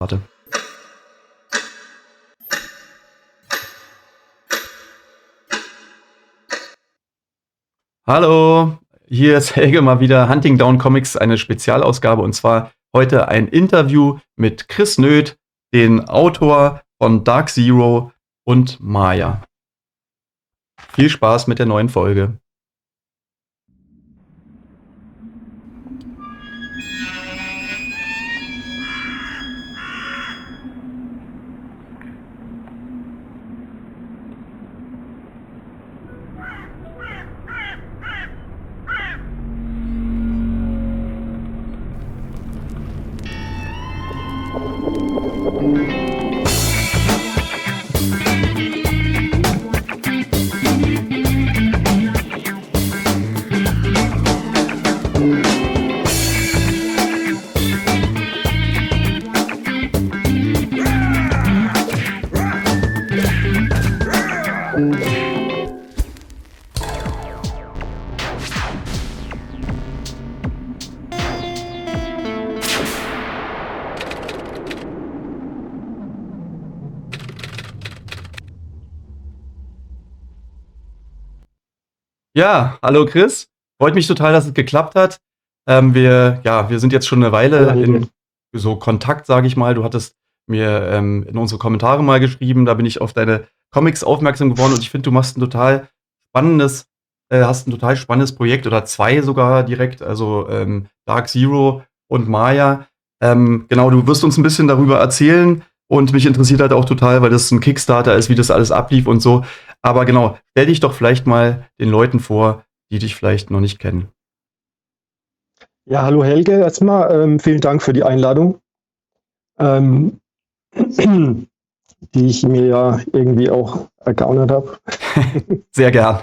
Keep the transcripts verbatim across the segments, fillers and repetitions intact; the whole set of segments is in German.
Warte. Hallo, hier ist Helge mal wieder. Hunting Down Comics, eine Spezialausgabe, und zwar heute ein Interview mit Chris Nöth, den Autor von Dark Zero und Maya. Viel Spaß mit der neuen Folge. Ja, hallo Chris. Freut mich total, dass es geklappt hat. Ähm, wir, ja, wir sind jetzt schon eine Weile Ja, in so Kontakt, sage ich mal. Du hattest mir ähm, in unsere Kommentare mal geschrieben, da bin ich auf deine Comics aufmerksam geworden, und ich finde, du machst ein total spannendes, äh, hast ein total spannendes Projekt oder zwei sogar direkt, also ähm, Dark Zero und Maya. Ähm, genau, du wirst uns ein bisschen darüber erzählen, und mich interessiert halt auch total, weil das ein Kickstarter ist, wie das alles ablief und so. Aber genau, stell dich doch vielleicht mal den Leuten vor, die dich vielleicht noch nicht kennen. Ja, hallo Helge, erstmal ähm, vielen Dank für die Einladung, ähm, die ich mir ja irgendwie auch ergaunert habe. Sehr gern.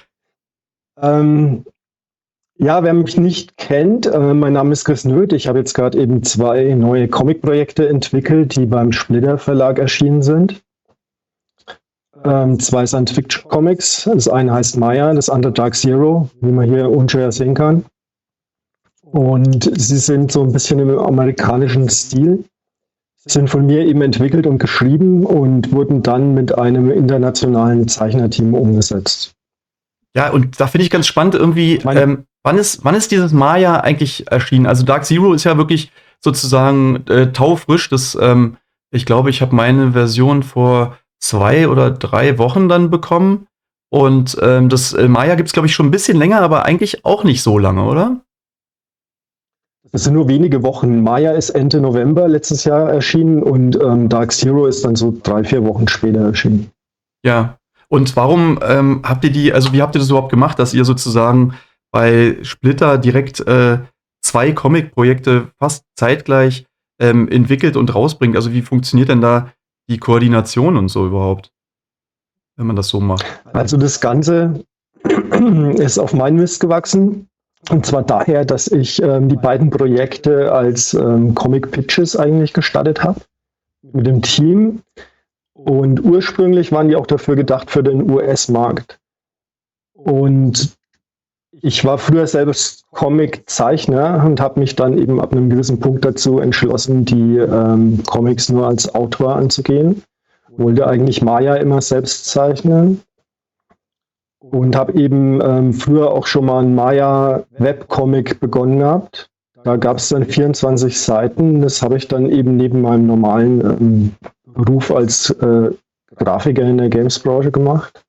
Ähm, ja, wer mich nicht kennt, äh, mein Name ist Chris Nöth. Ich habe jetzt gerade eben zwei neue Comic-Projekte entwickelt, die beim Splitter Verlag erschienen sind. Ähm, zwei Science-Fiction-Comics. Das eine heißt Maya, das andere Dark Zero, wie man hier unschwer sehen kann. Und sie sind so ein bisschen im amerikanischen Stil, sind von mir eben entwickelt und geschrieben und wurden dann mit einem internationalen Zeichnerteam umgesetzt. Ja, und da finde ich ganz spannend irgendwie, Meine- ähm, wann ist, wann ist dieses Maya eigentlich erschienen? Also Dark Zero ist ja wirklich sozusagen äh, taufrisch. Das, ähm, ich glaube, ich habe meine Version vor zwei oder drei Wochen dann bekommen. Und ähm, das äh, Maya gibt es, glaube ich, schon ein bisschen länger, aber eigentlich auch nicht so lange, oder? Das sind nur wenige Wochen. Maya ist Ende November letztes Jahr erschienen und ähm, Dark Zero ist dann so drei, vier Wochen später erschienen. Ja. Und warum ähm, habt ihr die, also wie habt ihr das überhaupt gemacht, dass ihr sozusagen bei Splitter direkt äh, zwei Comic-Projekte fast zeitgleich ähm, entwickelt und rausbringt? Also wie funktioniert denn da die Koordination und so überhaupt, wenn man das so macht? Also das Ganze ist auf meinen Mist gewachsen. Und zwar daher, dass ich ähm, die beiden Projekte als ähm, Comic-Pitches eigentlich gestartet habe mit dem Team. Und ursprünglich waren die auch dafür gedacht für den U S-Markt. Und ich war früher selbst Comic-Zeichner und habe mich dann eben ab einem gewissen Punkt dazu entschlossen, die ähm, Comics nur als Autor anzugehen. Wollte eigentlich Maya immer selbst zeichnen. Und habe eben ähm, früher auch schon mal einen Maya-Webcomic begonnen gehabt. Da gab es dann vierundzwanzig Seiten. Das habe ich dann eben neben meinem normalen ähm, Beruf als äh, Grafiker in der Games-Branche gemacht.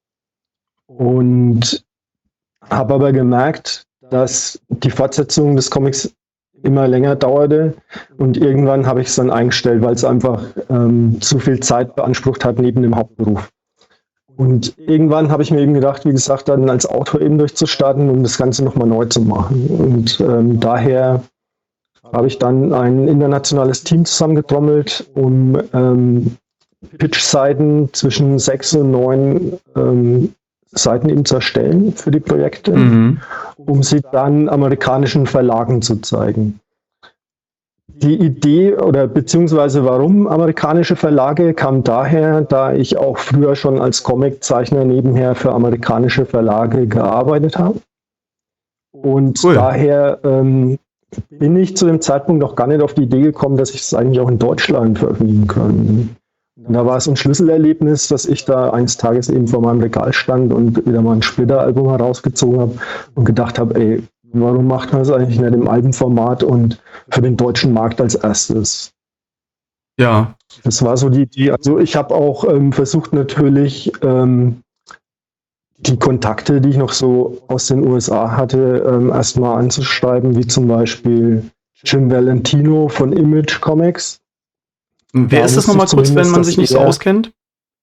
Und habe aber gemerkt, dass die Fortsetzung des Comics immer länger dauerte. Und irgendwann habe ich es dann eingestellt, weil es einfach ähm, zu viel Zeit beansprucht hat neben dem Hauptberuf. Und irgendwann habe ich mir eben gedacht, wie gesagt, dann als Autor eben durchzustarten, um das Ganze nochmal neu zu machen. Und ähm, daher habe ich dann ein internationales Team zusammengetrommelt, um ähm, Pitch-Seiten zwischen sechs und neun ähm, Seiten eben zu erstellen für die Projekte, Mhm. um sie dann amerikanischen Verlagen zu zeigen. Die Idee oder beziehungsweise warum amerikanische Verlage kam daher, da ich auch früher schon als Comiczeichner nebenher für amerikanische Verlage gearbeitet habe. Und Cool. daher ähm, bin ich zu dem Zeitpunkt noch gar nicht auf die Idee gekommen, dass ich es eigentlich auch in Deutschland veröffentlichen kann. Und da war es so ein Schlüsselerlebnis, dass ich da eines Tages eben vor meinem Regal stand und wieder mal ein Splitter-Album herausgezogen habe und gedacht habe, ey, warum macht man das eigentlich nicht im Albenformat und für den deutschen Markt als erstes? Ja. Das war so die Idee. Also ich habe auch ähm, versucht natürlich ähm, die Kontakte, die ich noch so aus den U S A hatte, ähm, erstmal anzuschreiben, wie zum Beispiel Jim Valentino von Image Comics. Wer Da ist das wusste nochmal ich kurz, wenn zumindest, man dass sich nicht so er- auskennt?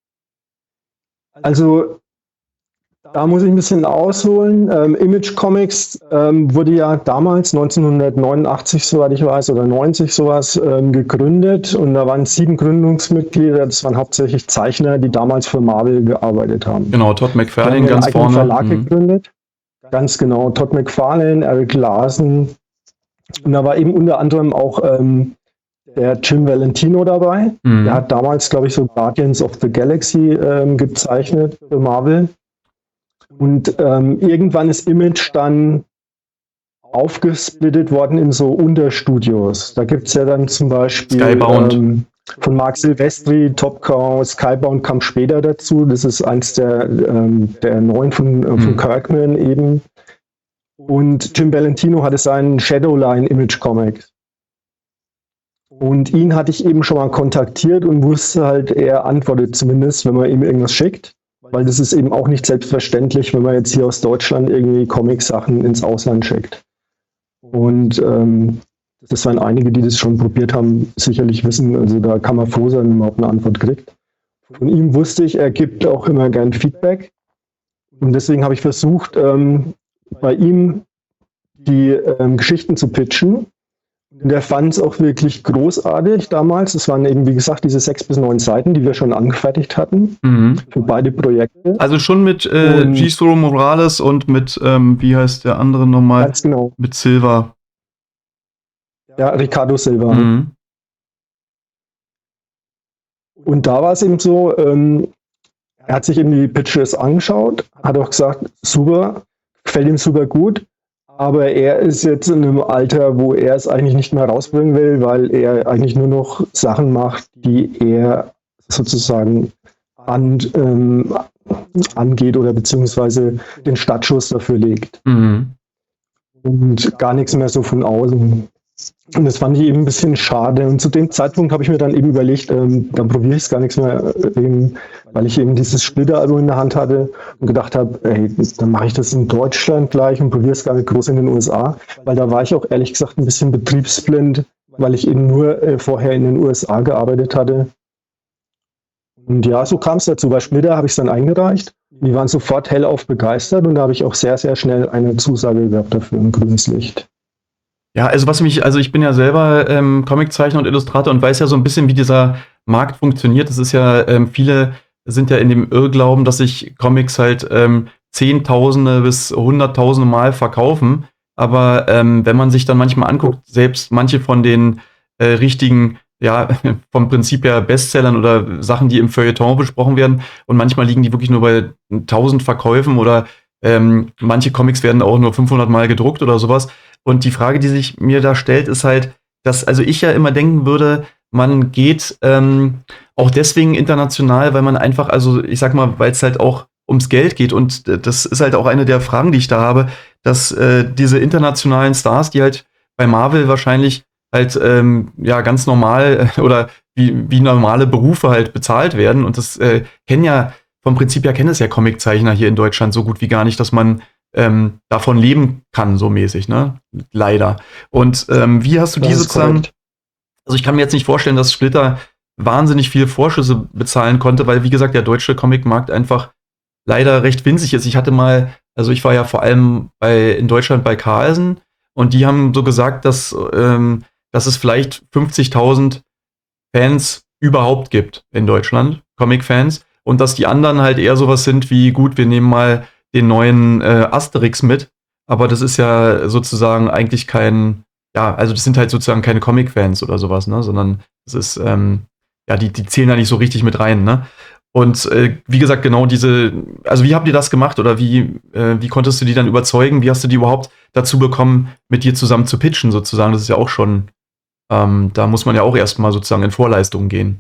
Also da muss ich ein bisschen ausholen. Ähm, Image Comics ähm, wurde ja damals neunzehnhundertneunundachtzig, soweit ich weiß, oder neunzig sowas ähm, gegründet. Und da waren sieben Gründungsmitglieder. Das waren hauptsächlich Zeichner, die damals für Marvel gearbeitet haben. Genau, Todd Die haben McFarlane ihren ganz eigenen vorne. Verlag Mhm. gegründet. Ganz genau. Todd McFarlane, Eric Larson. Und da war eben unter anderem auch ähm, der Jim Valentino dabei. Mhm. Der hat damals, glaube ich, so Guardians of the Galaxy ähm, gezeichnet für Marvel. Und ähm, irgendwann ist Image dann aufgesplittet worden in so Unterstudios. Da gibt es ja dann zum Beispiel Skybound. ähm, von Mark Silvestri, Top Cow, Skybound kam später dazu. Das ist eins der, ähm, der neuen von, äh, von Mhm. Kirkman eben. Und Jim Valentino hatte seinen Shadowline Image Comics. Und ihn hatte ich eben schon mal kontaktiert und wusste halt, er antwortet zumindest, wenn man ihm irgendwas schickt. Weil das ist eben auch nicht selbstverständlich, wenn man jetzt hier aus Deutschland irgendwie Comic-Sachen ins Ausland schickt. Und ähm, das waren einige, die das schon probiert haben, sicherlich wissen. Also da kann man froh sein, wenn man überhaupt eine Antwort kriegt. Von ihm wusste ich, er gibt auch immer gern Feedback. Und deswegen habe ich versucht, ähm, bei ihm die ähm, Geschichten zu pitchen. Und er fand es auch wirklich großartig damals. Es waren eben, wie gesagt, diese sechs bis neun Seiten, die wir schon angefertigt hatten Mhm. für beide Projekte. Also schon mit äh, Und- G-Soro Morales und mit, ähm, wie heißt der andere nochmal? Ganz genau. Mit Silva. Ja, Ricardo Silva. Mhm. Und da war es eben so, ähm, er hat sich eben die Pitches angeschaut, hat auch gesagt, super, gefällt ihm super gut, aber er ist jetzt in einem Alter, wo er es eigentlich nicht mehr rausbringen will, weil er eigentlich nur noch Sachen macht, die er sozusagen an, ähm, angeht oder beziehungsweise den Startschuss dafür legt. Mhm. Und gar nichts mehr so von außen. Und das fand ich eben ein bisschen schade. Und zu dem Zeitpunkt habe ich mir dann eben überlegt, ähm, dann probiere ich es gar nichts mehr, äh, eben, weil ich eben dieses Splitter-Album in der Hand hatte und gedacht habe, ey, dann mache ich das in Deutschland gleich und probiere es gar nicht groß in den U S A, weil da war ich auch ehrlich gesagt ein bisschen betriebsblind, weil ich eben nur äh, vorher in den U S A gearbeitet hatte. Und ja, so kam es dazu. Bei Splitter habe ich es dann eingereicht. Die waren sofort hellauf begeistert und da habe ich auch sehr, sehr schnell eine Zusage gehabt dafür, ein grünes Licht. Ja, also was mich, also ich bin ja selber ähm, Comiczeichner und Illustrator und weiß ja so ein bisschen, wie dieser Markt funktioniert. Das ist ja, ähm, viele sind ja in dem Irrglauben, dass sich Comics halt ähm, Zehntausende bis Hunderttausende Mal verkaufen. Aber ähm, wenn man sich dann manchmal anguckt, selbst manche von den äh, richtigen, ja, vom Prinzip her Bestsellern oder Sachen, die im Feuilleton besprochen werden, und manchmal liegen die wirklich nur bei tausend Verkäufen oder ähm, manche Comics werden auch nur fünfhundert Mal gedruckt oder sowas. Und die Frage, die sich mir da stellt, ist halt, dass also ich ja immer denken würde, man geht ähm, auch deswegen international, weil man einfach, also ich sag mal, weil es halt auch ums Geld geht. Und äh, das ist halt auch eine der Fragen, die ich da habe, dass äh, diese internationalen Stars, die halt bei Marvel wahrscheinlich halt ähm, ja ganz normal äh, oder wie, wie normale Berufe halt bezahlt werden. Und das äh, kennen ja, vom Prinzip her kennen es ja Comiczeichner hier in Deutschland so gut wie gar nicht, dass man ähm, davon leben kann, so mäßig, ne? Leider. Und ähm, wie hast du Das die ist sozusagen, korrekt. also ich kann mir jetzt nicht vorstellen, dass Splitter wahnsinnig viel Vorschüsse bezahlen konnte, weil, wie gesagt, der deutsche Comicmarkt einfach leider recht winzig ist. Ich hatte mal, also ich war ja vor allem bei, in Deutschland bei Carlsen und die haben so gesagt, dass, ähm, dass es vielleicht fünfzigtausend Fans überhaupt gibt in Deutschland, Comic-Fans, und dass die anderen halt eher sowas sind wie, gut, wir nehmen mal den neuen äh, Asterix mit, aber das ist ja sozusagen eigentlich kein, ja, also das sind halt sozusagen keine Comic-Fans oder sowas, ne, sondern es ist, ähm, ja, die, die zählen da nicht so richtig mit rein, ne? Und äh, wie gesagt, genau diese, also wie habt ihr das gemacht oder wie, äh, wie konntest du die dann überzeugen? Wie hast du die überhaupt dazu bekommen, mit dir zusammen zu pitchen sozusagen? Das ist ja auch schon, ähm, da muss man ja auch erstmal sozusagen in Vorleistungen gehen.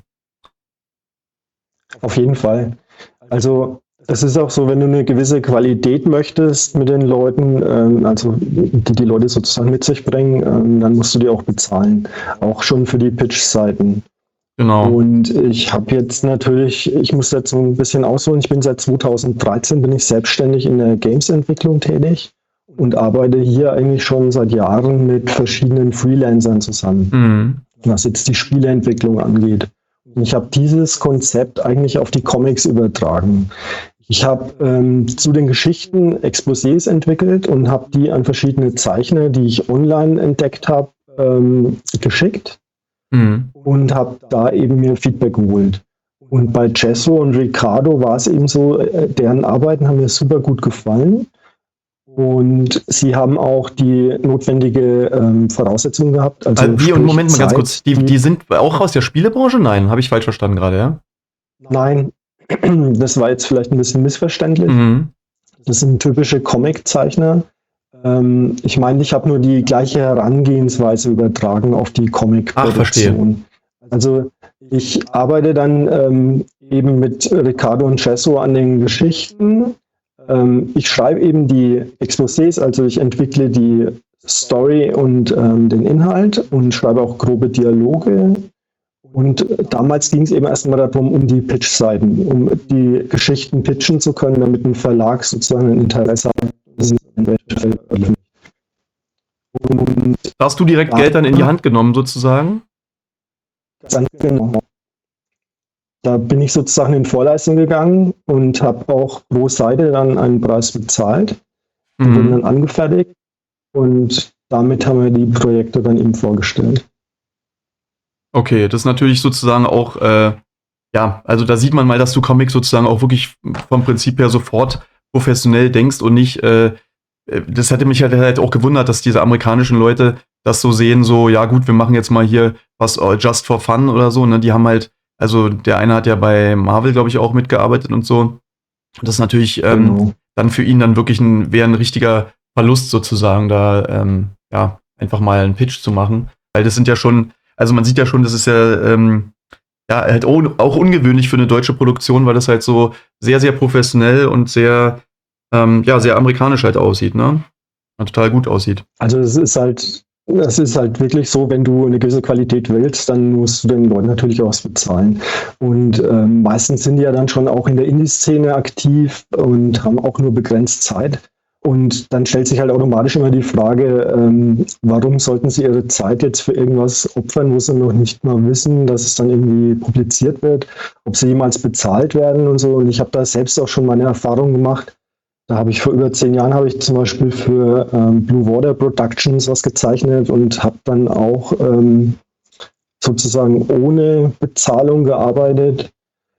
Auf jeden Fall. Also es ist auch so, wenn du eine gewisse Qualität möchtest mit den Leuten, ähm, also die die Leute sozusagen mit sich bringen, ähm, dann musst du die auch bezahlen. Auch schon für die Pitch-Seiten. Genau. Und ich habe jetzt natürlich, ich muss jetzt so ein bisschen ausholen, ich bin seit zweitausenddreizehn, bin ich selbstständig in der Games-Entwicklung tätig und arbeite hier eigentlich schon seit Jahren mit verschiedenen Freelancern zusammen, Mhm. was jetzt die Spieleentwicklung angeht. Und ich habe dieses Konzept eigentlich auf die Comics übertragen. Ich habe ähm, zu den Geschichten Exposés entwickelt und habe die an verschiedene Zeichner, die ich online entdeckt habe, ähm, geschickt. Mhm. Und habe da eben mir Feedback geholt. Und bei Cesso und Ricardo war es eben so, äh, deren Arbeiten haben mir super gut gefallen. Und sie haben auch die notwendige ähm, Voraussetzung gehabt. Also Äh, wie, und sprich Moment mal ganz Zeit, kurz, die, die- die sind auch aus der Spielebranche? Nein, habe ich falsch verstanden gerade, ja? Nein, das war jetzt vielleicht ein bisschen missverständlich. Mhm. Das sind typische Comic-Zeichner. Ähm, ich meine, ich habe nur die gleiche Herangehensweise übertragen auf die Ach, verstehe. Comic-Produktion. Also ich arbeite dann ähm, eben mit Ricardo und Cesso an den Geschichten. Ähm, ich schreibe eben die Exposés, also ich entwickle die Story und ähm, den Inhalt und schreibe auch grobe Dialoge. Und damals ging es eben erstmal darum, um die Pitch-Seiten, um die Geschichten pitchen zu können, damit ein Verlag sozusagen ein Interesse hat. Und Da hast du direkt Ja. Geld dann in die Hand genommen, sozusagen? ganz genau. Da bin ich sozusagen in Vorleistung gegangen und habe auch pro Seite dann einen Preis bezahlt. Die wurden Mhm. dann angefertigt und damit haben wir die Projekte dann eben vorgestellt. Okay, das ist natürlich sozusagen auch, äh, ja, also da sieht man mal, dass du Comics sozusagen auch wirklich vom Prinzip her sofort professionell denkst und nicht, äh, äh, das hätte mich halt, halt auch gewundert, dass diese amerikanischen Leute das so sehen, so, ja gut, wir machen jetzt mal hier was äh, just for fun oder so, ne? Die haben halt, also der eine hat ja bei Marvel, glaube ich, auch mitgearbeitet und so. Das ist natürlich ähm, Genau. dann für ihn dann wirklich ein, wäre ein richtiger Verlust sozusagen, da ähm, ja, einfach mal einen Pitch zu machen. Weil das sind ja schon, also man sieht ja schon, das ist ja, ähm, ja halt un- auch ungewöhnlich für eine deutsche Produktion, weil das halt so sehr, sehr professionell und sehr, ähm, ja, sehr amerikanisch halt aussieht, ne? Und total gut aussieht. Also es ist halt, es ist halt wirklich so, wenn du eine gewisse Qualität willst, dann musst du den Leuten natürlich auch was bezahlen. Und ähm, meistens sind die ja dann schon auch in der Indie-Szene aktiv und haben auch nur begrenzt Zeit. Und dann stellt sich halt automatisch immer die Frage, ähm, warum sollten sie ihre Zeit jetzt für irgendwas opfern, wo sie noch nicht mal wissen, dass es dann irgendwie publiziert wird, ob sie jemals bezahlt werden und so. Und ich habe da selbst auch schon meine Erfahrung gemacht. Da habe ich vor über zehn Jahren habe ich zum Beispiel für ähm, Blue Water Productions was gezeichnet und habe dann auch ähm, sozusagen ohne Bezahlung gearbeitet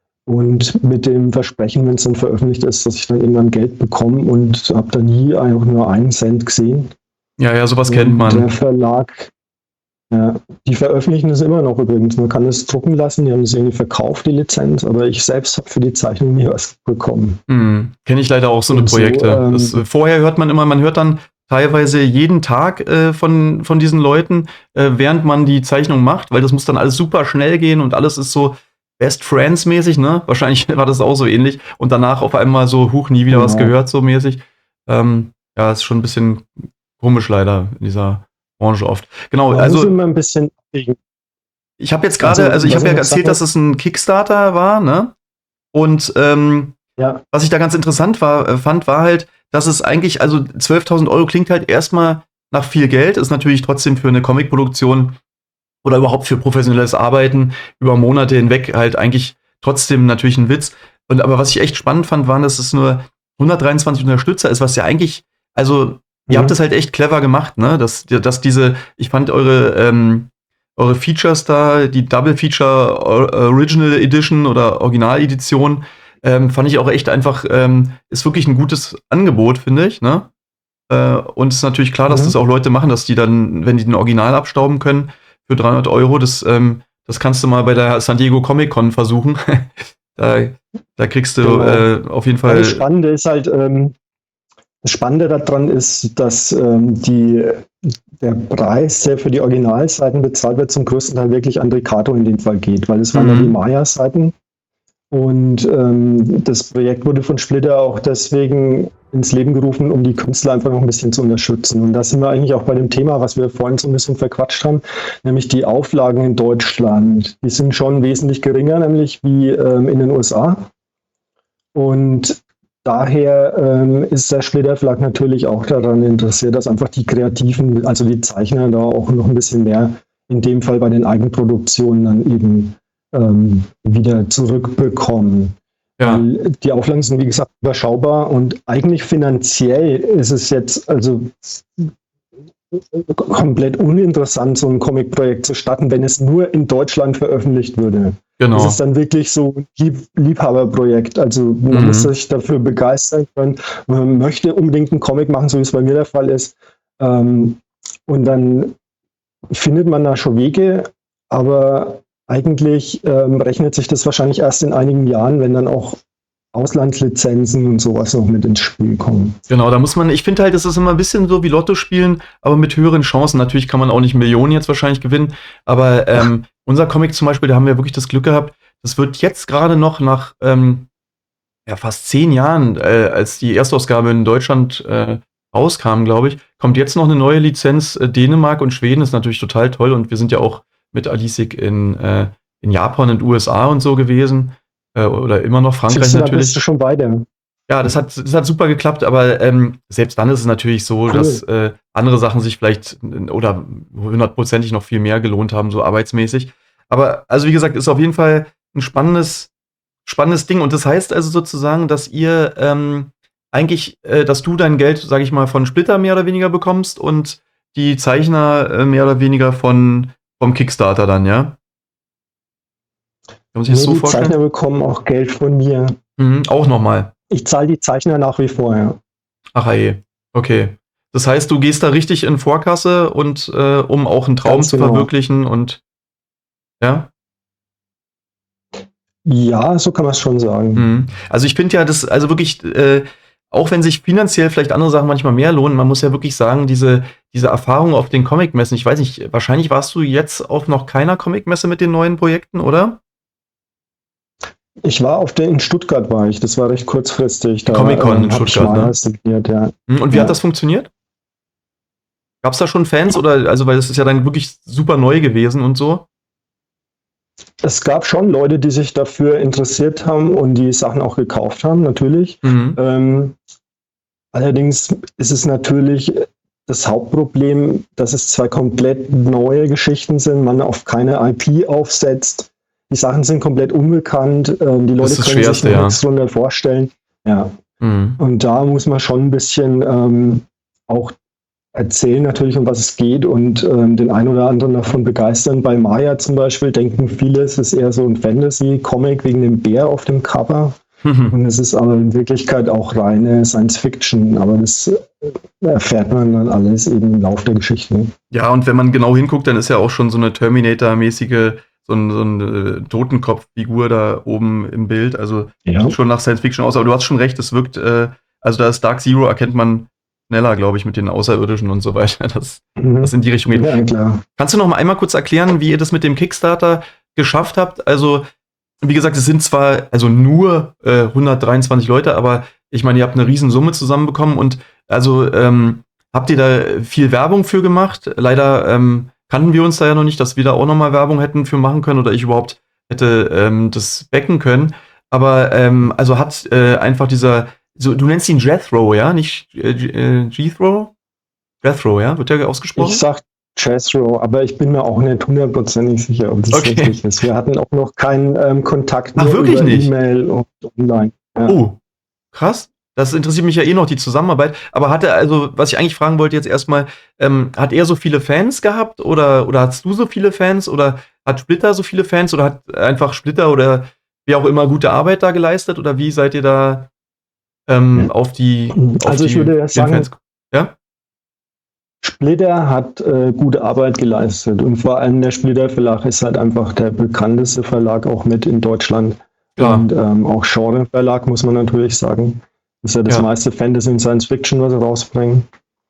und mit dem Versprechen, wenn es dann veröffentlicht ist, dass ich dann irgendwann Geld bekomme und habe da nie einfach nur einen Cent gesehen. Ja, ja, sowas kennt Und der man. Verlag, ja, die veröffentlichen es immer noch übrigens. Man kann es drucken lassen, die haben es irgendwie verkauft, die Lizenz, aber ich selbst habe für die Zeichnung nie was bekommen. Mhm. Kenne ich leider auch so eine Und so, Projekte. ähm, das, äh, vorher hört man immer, man hört dann teilweise jeden Tag äh, von, von diesen Leuten, äh, während man die Zeichnung macht, weil das muss dann alles super schnell gehen und alles ist so Best Friends mäßig, ne? Wahrscheinlich war das auch so ähnlich. Und danach auf einmal so, huch, nie wieder was Genau. gehört, so mäßig. Ähm, ja, ist schon ein bisschen komisch leider in dieser Branche oft. Genau, Man muss also immer ein bisschen abwägen. ich habe jetzt gerade, Also, also ich was habe ich ja noch erzählt, sagen dass es ein Kickstarter war, ne? Und ähm, Ja, was ich da ganz interessant war, äh, fand, war halt, dass es eigentlich, also zwölftausend Euro klingt halt erstmal nach viel Geld, ist natürlich trotzdem für eine Comicproduktion oder überhaupt für professionelles Arbeiten über Monate hinweg halt eigentlich trotzdem natürlich ein Witz. Und aber was ich echt spannend fand, waren, dass es nur hundertdreiundzwanzig Unterstützer ist, was ja eigentlich, also ihr Mhm. habt das halt echt clever gemacht, ne? Dass, dass diese, ich fand eure, ähm, eure Features da, die Double Feature Or- Original Edition oder Original Edition, ähm, fand ich auch echt einfach, ähm, ist wirklich ein gutes Angebot, finde ich, ne? Äh, und es ist natürlich klar, dass Mhm. das auch Leute machen, dass die dann, wenn die den Original abstauben können, für dreihundert Euro, das, ähm, das kannst du mal bei der San Diego Comic Con versuchen. da Da kriegst du Genau. äh, auf jeden Ja, das Fall. Spannende ist halt, ähm, das Spannende daran ist, dass ähm, die, der Preis, der für die Originalseiten bezahlt wird, zum größten Teil wirklich an Ricardo in dem Fall geht, weil es waren ja die Mhm. Maya-Seiten. Und ähm, das Projekt wurde von Splitter auch deswegen ins Leben gerufen, um die Künstler einfach noch ein bisschen zu unterstützen. Und da sind wir eigentlich auch bei dem Thema, was wir vorhin so ein bisschen verquatscht haben, nämlich die Auflagen in Deutschland. Die sind schon wesentlich geringer, nämlich wie ähm, in den U S A. Und daher ähm, ist der Splitter Verlag natürlich auch daran interessiert, dass einfach die Kreativen, also die Zeichner, da auch noch ein bisschen mehr, in dem Fall bei den Eigenproduktionen, dann eben ähm, wieder zurückbekommen. Ja. Weil die Auflagen sind, wie gesagt, überschaubar und eigentlich finanziell ist es jetzt also komplett uninteressant, so ein Comic-Projekt zu starten, wenn es nur in Deutschland veröffentlicht würde. Genau. Das ist dann wirklich so ein Lieb Liebhaberprojekt. Also man Mhm. muss sich dafür begeistern können. Man möchte unbedingt einen Comic machen, so wie es bei mir der Fall ist. Ähm, und dann findet man da schon Wege, aber eigentlich ähm, rechnet sich das wahrscheinlich erst in einigen Jahren, wenn dann auch Auslandslizenzen und sowas noch mit ins Spiel kommen. Genau, da muss man, ich finde halt, es ist immer ein bisschen so wie Lotto spielen, aber mit höheren Chancen. Natürlich kann man auch nicht Millionen jetzt wahrscheinlich gewinnen, aber ähm, unser Comic zum Beispiel, da haben wir wirklich das Glück gehabt, das wird jetzt gerade noch nach ähm, ja, fast zehn Jahren, äh, als die Erstausgabe in Deutschland äh, rauskam, glaube ich, kommt jetzt noch eine neue Lizenz. Äh, Dänemark und Schweden ist natürlich total toll und wir sind ja auch mit Alisik in, äh, in Japan und U S A und so gewesen. Äh, oder immer noch Frankreich Siehst du, da natürlich. bist du schon beide. Ja, das hat, das hat super geklappt, aber ähm, selbst dann ist es natürlich so, Cool. dass äh, andere Sachen sich vielleicht äh, oder hundertprozentig noch viel mehr gelohnt haben, so arbeitsmäßig. Aber also wie gesagt, ist auf jeden Fall ein spannendes, spannendes Ding. Und das heißt also sozusagen, dass ihr ähm, eigentlich, äh, dass du dein Geld, sage ich mal, von Splitter mehr oder weniger bekommst und die Zeichner äh, mehr oder weniger von vom Kickstarter dann, ja? Kann man sich das Nee, so die vorstellen? Zeichner bekommen auch Geld von mir. Mhm, auch nochmal. Ich zahle die Zeichner nach wie vor, ja. Ach ey, okay. Das heißt, du gehst da richtig in Vorkasse und äh, um auch einen Traum Ganz zu genau. verwirklichen und ja. Ja, so kann man es schon sagen. Mhm. Also ich finde ja, das, also wirklich, äh, auch wenn sich finanziell vielleicht andere Sachen manchmal mehr lohnen, man muss ja wirklich sagen, diese, diese Erfahrung auf den Comicmessen, ich weiß nicht, wahrscheinlich warst du jetzt auf noch keiner Comicmesse mit den neuen Projekten, oder? Ich war auf der in Stuttgart, war ich. Das war recht kurzfristig. Da Comic-Con in ähm, hab ich Stuttgart, ne? Maya signiert, ja. Mhm. Und wie Ja. hat das funktioniert? Gab es da schon Fans oder, also weil das ist ja dann wirklich super neu gewesen und so? Es gab schon Leute, die sich dafür interessiert haben und die Sachen auch gekauft haben, natürlich. Mhm. Ähm, allerdings ist es natürlich das Hauptproblem, dass es zwei komplett neue Geschichten sind, man auf keine I P aufsetzt. Die Sachen sind komplett unbekannt, ähm, die Leute ist das können sich Schwerste, noch ja. nichts drunter vorstellen. Ja. Mhm. Und da muss man schon ein bisschen ähm, auch erzählen natürlich, um was es geht und ähm, den einen oder anderen davon begeistern. Bei Maya zum Beispiel denken viele, es ist eher so ein Fantasy-Comic wegen dem Bär auf dem Cover. Mhm. Und es ist aber in Wirklichkeit auch reine Science-Fiction. Aber das erfährt man dann alles eben im Laufe der Geschichte. Ja, und wenn man genau hinguckt, dann ist ja auch schon so eine Terminator-mäßige, so, ein, so eine Totenkopffigur da oben im Bild. Also Ja. sieht schon nach Science-Fiction aus. Aber du hast schon recht, es wirkt, äh, also da ist Dark Zero, erkennt man schneller, glaube ich, mit den Außerirdischen und so weiter. Das, Mhm. das in die Richtung geht. Ja, klar. Kannst du noch mal einmal kurz erklären, wie ihr das mit dem Kickstarter geschafft habt? Also, wie gesagt, es sind zwar also nur äh, hundertdreiundzwanzig Leute, aber ich meine, ihr habt eine riesen Summe zusammenbekommen und also ähm, habt ihr da viel Werbung für gemacht? Leider ähm, kannten wir uns da ja noch nicht, dass wir da auch noch mal Werbung hätten für machen können oder ich überhaupt hätte ähm, das backen können. Aber ähm, also hat äh, einfach dieser, so, du nennst ihn Jethro, ja? Nicht äh, Jethro? Jethro, ja? Wird der ausgesprochen? Ich sag Jethro, aber ich bin mir auch nicht hundertprozentig sicher, ob das Okay. richtig ist. Wir hatten auch noch keinen ähm, Kontakt Ach, nur wirklich über nicht? E-Mail und online. Ja. Oh, krass. Das interessiert mich ja eh noch, die Zusammenarbeit. Aber hat er, also, was ich eigentlich fragen wollte jetzt erstmal, ähm, hat er so viele Fans gehabt oder, oder hast du so viele Fans oder hat Splitter so viele Fans oder hat einfach Splitter oder wie auch immer gute Arbeit da geleistet oder wie seid ihr da ähm, Ja. auf die auf Also ich die, würde ja den sagen, Fans? Ja? Splitter hat äh, gute Arbeit geleistet und vor allem der Splitter Verlag ist halt einfach der bekannteste Verlag auch mit in Deutschland. Klar. Und ähm, auch Genre-Verlag, muss man natürlich sagen. Das ist ja das Ja. meiste Fantasy und Science Fiction, was sie rausbringen.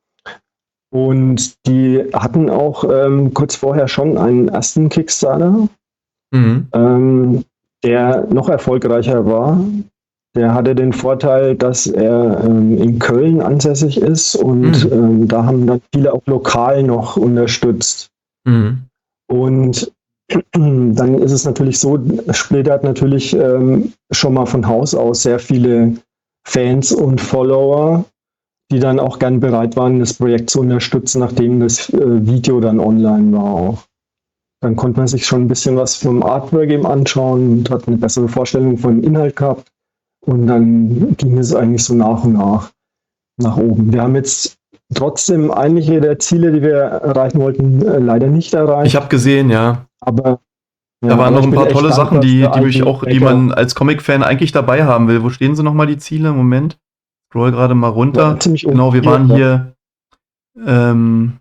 Und die hatten auch ähm, kurz vorher schon einen ersten Kickstarter, Mhm. ähm, der noch erfolgreicher war. Der hatte den Vorteil, dass er ähm, in Köln ansässig ist und Mhm. ähm, da haben dann viele auch lokal noch unterstützt. Mhm. Und dann ist es natürlich so, Splitter hat natürlich ähm, schon mal von Haus aus sehr viele Fans und Follower, die dann auch gern bereit waren, das Projekt zu unterstützen, nachdem das äh, Video dann online war auch. Dann konnte man sich schon ein bisschen was vom Artwork eben anschauen und hat eine bessere Vorstellung vom Inhalt gehabt. Und dann ging es eigentlich so nach und nach nach oben. Wir haben jetzt trotzdem einige der Ziele, die wir erreichen wollten, äh, leider nicht erreicht. Ich habe gesehen, ja. Aber Da ja, waren aber noch ich ein bin paar echt tolle dankbar Sachen, die, für die all mich auch, die Bäcker. man als Comic-Fan eigentlich dabei haben will. Wo stehen sie nochmal, die Ziele? Moment. Scroll gerade mal runter. Ja, ziemlich Genau, wir unkompliziert, waren ja. hier, ähm,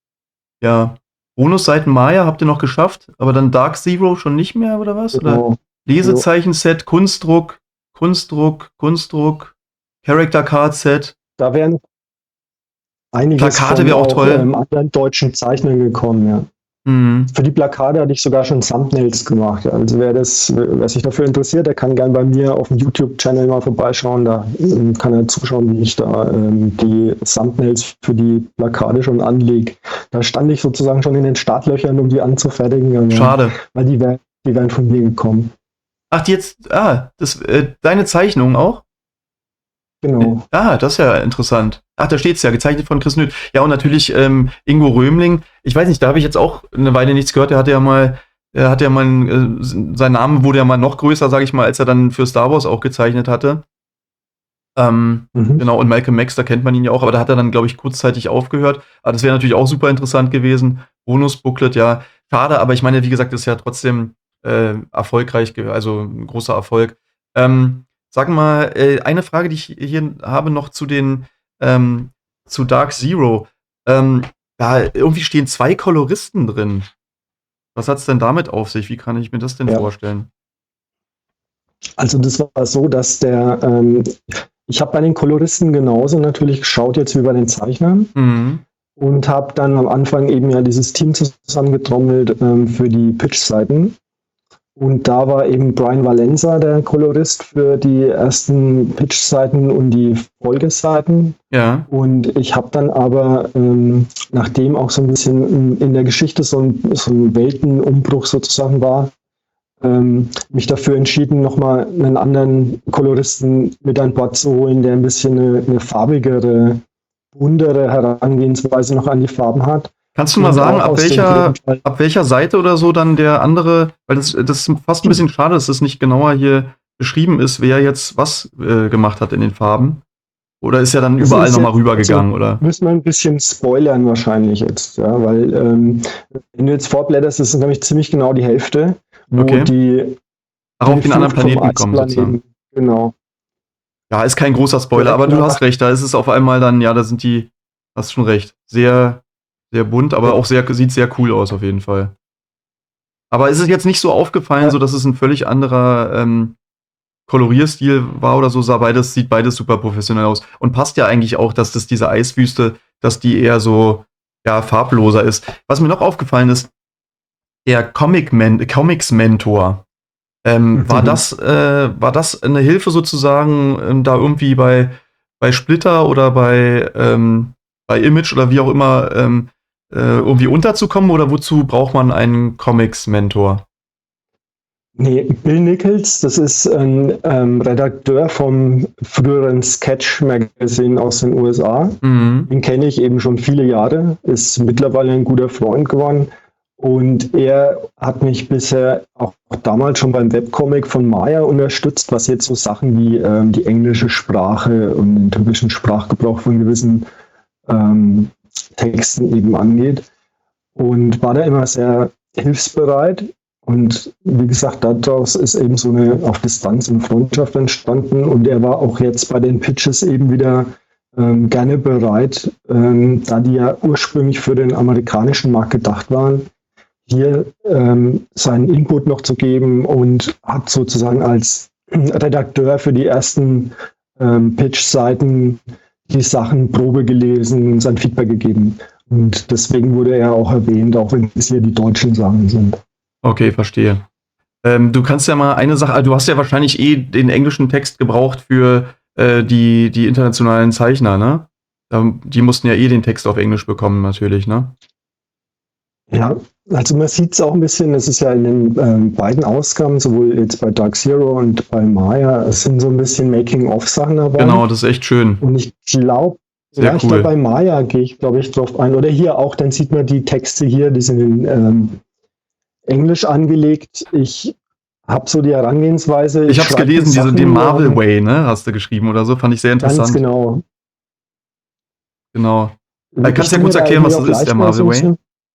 ja, Bonusseiten Maya habt ihr noch geschafft, aber dann Dark Zero schon nicht mehr, oder was? Oder Genau. Lesezeichen-Set, Kunstdruck, Kunstdruck, Kunstdruck, Character Card Set. Da wären einiges Plakate von wäre auch auch toll. ähm, anderen deutschen Zeichnern gekommen, ja. Mhm. Für die Plakate hatte ich sogar schon Thumbnails gemacht. Ja. Also wer das, wer sich dafür interessiert, der kann gerne bei mir auf dem YouTube-Channel mal vorbeischauen. Da ähm, kann er zuschauen, wie ich da ähm, die Thumbnails für die Plakate schon anlege. Da stand ich sozusagen schon in den Startlöchern, um die anzufertigen. Aber, Schade. Weil die, wär, die wären von mir gekommen. Ach, die jetzt, ah, das, äh, deine Zeichnung auch? Genau. Ah, das ist ja interessant. Ach, da steht's ja, gezeichnet von Chris Nüth. Ja, und natürlich ähm, Ingo Römling. Ich weiß nicht, da habe ich jetzt auch eine Weile nichts gehört. Der hatte ja mal, er hat ja mal, äh, sein Name wurde ja mal noch größer, sage ich mal, als er dann für Star Wars auch gezeichnet hatte. Ähm, Mhm. Genau, und Malcolm Max, da kennt man ihn ja auch, aber da hat er dann, glaube ich, kurzzeitig aufgehört. Aber das wäre natürlich auch super interessant gewesen. Bonus-Booklet, ja, schade, aber ich meine, wie gesagt, das ist ja trotzdem äh, erfolgreich, ge- also ein großer Erfolg. Ähm, Sag mal, äh, eine Frage, die ich hier habe noch zu den, ähm, zu Dark Zero. Ähm, da irgendwie stehen zwei Koloristen drin. Was hat's denn damit auf sich? Wie kann ich mir das denn Ja. vorstellen? Also das war so, dass der, ähm, ich habe bei den Koloristen genauso natürlich geschaut jetzt wie bei den Zeichnern. Mhm. Und habe dann am Anfang eben ja dieses Team zusammengetrommelt ähm, für die Pitch-Seiten. Und da war eben Brian Valenza der Kolorist für die ersten Pitch-Seiten und die Folgeseiten. Ja. Und ich habe dann aber, ähm, nachdem auch so ein bisschen in der Geschichte so ein, so ein Weltenumbruch sozusagen war, ähm, mich dafür entschieden, nochmal einen anderen Koloristen mit an Bord zu holen, der ein bisschen eine, eine farbigere, buntere Herangehensweise noch an die Farben hat. Kannst du mal Und sagen, auch ab aus dem welcher, Grund, weil- ab welcher Seite oder so dann der andere, weil das, das ist fast ein bisschen schade, dass das nicht genauer hier beschrieben ist, wer jetzt was äh, gemacht hat in den Farben. Oder ist er dann Das überall ist nochmal jetzt- rübergegangen, oder? Müssen wir ein bisschen spoilern wahrscheinlich jetzt, ja, weil ähm, wenn du jetzt vorblätterst, ist es nämlich ziemlich genau die Hälfte, wo Okay. die Ach, auf die den anderen Flucht vom Planeten kommen sozusagen. Eisplaneten- Genau. Ja, ist kein großer Spoiler, Direkt aber du nach- hast recht, da ist es auf einmal dann, ja, da sind die, hast schon recht, sehr, sehr bunt, aber Ja. auch sehr, sieht sehr cool aus auf jeden Fall. Aber ist es jetzt nicht so aufgefallen, Ja. so dass es ein völlig anderer ähm, Kolorierstil war oder so, sah beides, sieht beides super professionell aus. Und passt ja eigentlich auch, dass das diese Eiswüste, dass die eher so, ja, farbloser ist. Was mir noch aufgefallen ist, der Comic -Man Comics Mentor. Ähm, Mhm. war das, äh, war das eine Hilfe sozusagen, ähm, da irgendwie bei, bei Splitter oder bei, ähm, bei Image oder wie auch immer, ähm, äh, irgendwie unterzukommen, oder wozu braucht man einen Comics-Mentor? Nee, Bill Nichols, das ist ein ähm, Redakteur vom früheren Sketch Magazine aus den U S A. Mhm. Den kenne ich eben schon viele Jahre, ist mittlerweile ein guter Freund geworden. Und er hat mich bisher auch damals schon beim Webcomic von Maya unterstützt, was jetzt so Sachen wie ähm, die englische Sprache und den typischen Sprachgebrauch von gewissen ähm, Texten eben angeht. Und war da immer sehr hilfsbereit. Und wie gesagt, daraus ist eben so eine auf Distanz und Freundschaft entstanden. Und er war auch jetzt bei den Pitches eben wieder ähm, gerne bereit, ähm, da die ja ursprünglich für den amerikanischen Markt gedacht waren, hier ähm, seinen Input noch zu geben, und hat sozusagen als Redakteur für die ersten ähm, Pitch-Seiten die Sachen Probe gelesen, sein Feedback gegeben. Und deswegen wurde er auch erwähnt, auch wenn es hier die deutschen Sachen sind. Okay, verstehe. Ähm, du kannst ja mal eine Sache, also du hast ja wahrscheinlich eh den englischen Text gebraucht für äh, die, die internationalen Zeichner, ne? Ähm, die mussten ja eh den Text auf Englisch bekommen, natürlich, ne? Ja, also man sieht es auch ein bisschen, es ist ja in den ähm, beiden Ausgaben, sowohl jetzt bei Dark Zero und bei Maya, es sind so ein bisschen Making-of-Sachen dabei. Genau, das ist echt schön. Und ich glaube, ja, ich cool. glaube, bei Maya gehe ich, glaube ich, drauf ein. Oder hier auch, dann sieht man die Texte hier, die sind in ähm, Englisch angelegt. Ich habe so die Herangehensweise. Ich, ich habe es gelesen, diese, den Marvel Way, ne, hast du geschrieben oder so, fand ich sehr interessant. Ganz genau. Genau. Ich Kannst du ja kurz erklären, was das ist, der Marvel Way?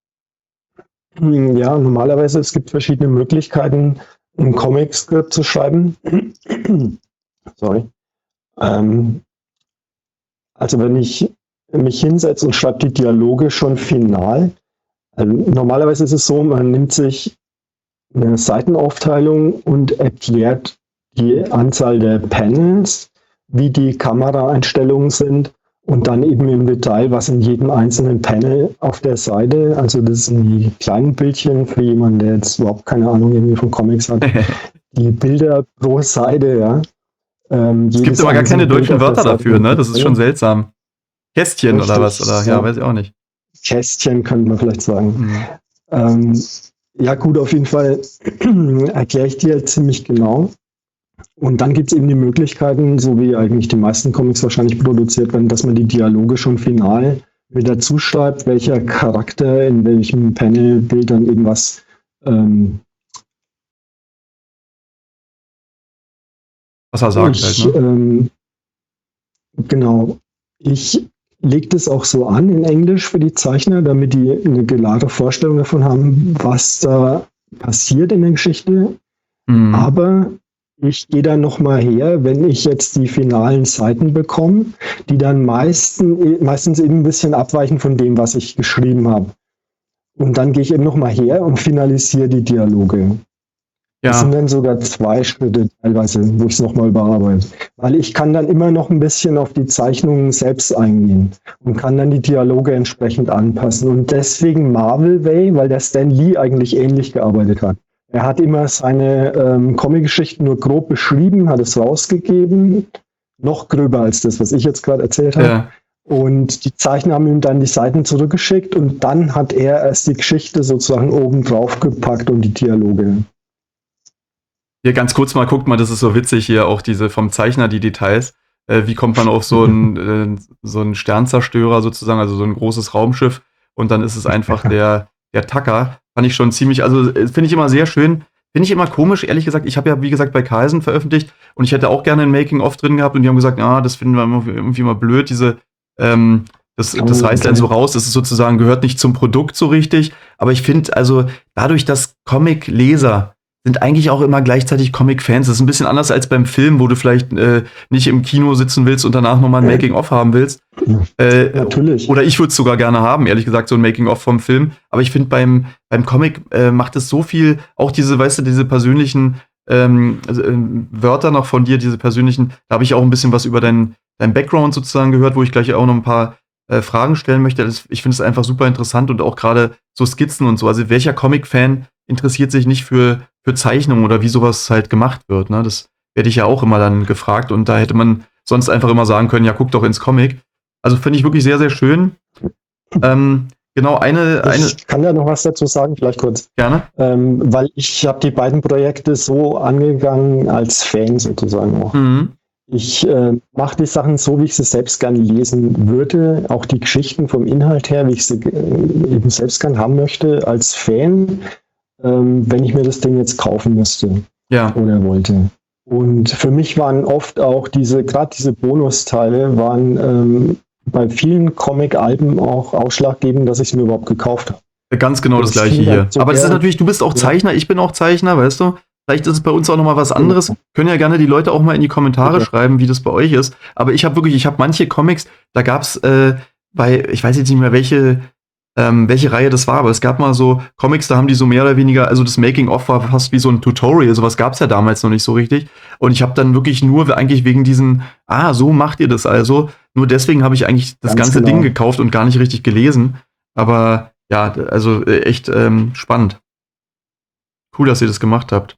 Ja, normalerweise, es gibt verschiedene Möglichkeiten, ein Comic-Skript zu schreiben. Sorry. Ähm, also wenn ich mich hinsetze und schreibe die Dialoge schon final, also normalerweise ist es so, man nimmt sich eine Seitenaufteilung und erklärt die Anzahl der Panels, wie die Kameraeinstellungen sind und dann eben im Detail, was in jedem einzelnen Panel auf der Seite, also das sind die kleinen Bildchen für jemanden, der jetzt überhaupt keine Ahnung irgendwie von Comics hat, die Bilder pro Seite, ja. Ähm, es gibt aber gar keine deutschen Wörter dafür, ne? Das ist schon seltsam. Kästchen Richtig, oder was? Oder ja, weiß ich auch nicht. Kästchen könnte man vielleicht sagen. Mhm. Ähm, ja gut, auf jeden Fall erkläre ich dir ziemlich genau. Und dann gibt es eben die Möglichkeiten, so wie eigentlich die meisten Comics wahrscheinlich produziert werden, dass man die Dialoge schon final mit dazu schreibt, welcher Charakter in welchem Panelbild dann eben was ähm, was er sagt. Ich, halt, ne? ähm, genau. Ich lege das auch so an in Englisch für die Zeichner, damit die eine klare Vorstellung davon haben, was da passiert in der Geschichte. Mhm. Aber ich gehe dann nochmal her, wenn ich jetzt die finalen Seiten bekomme, die dann meisten, meistens eben ein bisschen abweichen von dem, was ich geschrieben habe. Und dann gehe ich eben nochmal her und finalisiere die Dialoge. Ja. Das sind dann sogar zwei Schritte teilweise, wo ich es nochmal überarbeite. Weil ich kann dann immer noch ein bisschen auf die Zeichnungen selbst eingehen und kann dann die Dialoge entsprechend anpassen. Und deswegen Marvel Way, weil der Stan Lee eigentlich ähnlich gearbeitet hat. Er hat immer seine ähm, Comic-Geschichten nur grob beschrieben, hat es rausgegeben, noch gröber als das, was ich jetzt gerade erzählt habe. Ja. Und die Zeichner haben ihm dann die Seiten zurückgeschickt und dann hat er erst die Geschichte sozusagen oben drauf gepackt und die Dialoge. Hier ganz kurz mal, guckt mal, das ist so witzig hier, auch diese vom Zeichner, die Details. Äh, wie kommt man auf so einen äh, so einen Sternzerstörer sozusagen, also so ein großes Raumschiff und dann ist es einfach der, der Tucker. Fand ich schon ziemlich, also finde ich immer sehr schön. Finde ich immer komisch, ehrlich gesagt. Ich habe ja, wie gesagt, bei Carlsen veröffentlicht und ich hätte auch gerne ein Making-of drin gehabt und die haben gesagt, ah, das finden wir irgendwie mal blöd, diese, ähm, das, das reißt dann so raus, das ist sozusagen, gehört nicht zum Produkt so richtig. Aber ich finde, also dadurch, dass Comic-Leser sind eigentlich auch immer gleichzeitig Comic-Fans. Das ist ein bisschen anders als beim Film, wo du vielleicht äh, nicht im Kino sitzen willst und danach nochmal ein Making-of haben willst. Äh, Natürlich. Oder ich würde es sogar gerne haben, ehrlich gesagt, so ein Making-of vom Film. Aber ich finde, beim, beim Comic äh, macht es so viel, auch diese, weißt du, diese persönlichen ähm, also, äh, Wörter noch von dir, diese persönlichen, da habe ich auch ein bisschen was über deinen dein Background sozusagen gehört, wo ich gleich auch noch ein paar äh, Fragen stellen möchte. Das, ich finde es einfach super interessant und auch gerade so Skizzen und so. Also welcher Comic-Fan interessiert sich nicht für, für Zeichnungen oder wie sowas halt gemacht wird, ne? Das werde ich ja auch immer dann gefragt und da hätte man sonst einfach immer sagen können, ja, guck doch ins Comic. Also finde ich wirklich sehr, sehr schön. Ähm, genau, eine, eine. Ich kann ja noch was dazu sagen, vielleicht kurz. Gerne. Ähm, weil ich habe die beiden Projekte so angegangen als Fan sozusagen auch. Mhm. Ich äh, mache die Sachen so, wie ich sie selbst gerne lesen würde, auch die Geschichten vom Inhalt her, wie ich sie äh, eben selbst gerne haben möchte als Fan, ähm, wenn ich mir das Ding jetzt kaufen müsste ja. oder wollte. Und für mich waren oft auch diese, gerade diese Bonusteile, waren ähm, bei vielen Comic-Alben auch ausschlaggebend, dass ich es mir überhaupt gekauft habe. Ganz genau das, das gleiche hier. So. Aber das ist natürlich, du bist auch Zeichner, ich bin auch Zeichner, weißt du? Vielleicht ist es bei uns auch nochmal was anderes. Können ja gerne die Leute auch mal in die Kommentare okay. schreiben, wie das bei euch ist. Aber ich habe wirklich, ich habe manche Comics, da gab's äh, bei, ich weiß jetzt nicht mehr welche, ähm, welche Reihe das war, aber es gab mal so Comics, da haben die so mehr oder weniger, also das Making-of war fast wie so ein Tutorial, sowas gab es ja damals noch nicht so richtig. Und ich habe dann wirklich nur eigentlich wegen diesen, ah, so macht ihr das also, nur deswegen habe ich eigentlich das Ganz ganze genau. Ding gekauft und gar nicht richtig gelesen. Aber ja, also äh, echt ähm, spannend. Cool, dass ihr das gemacht habt.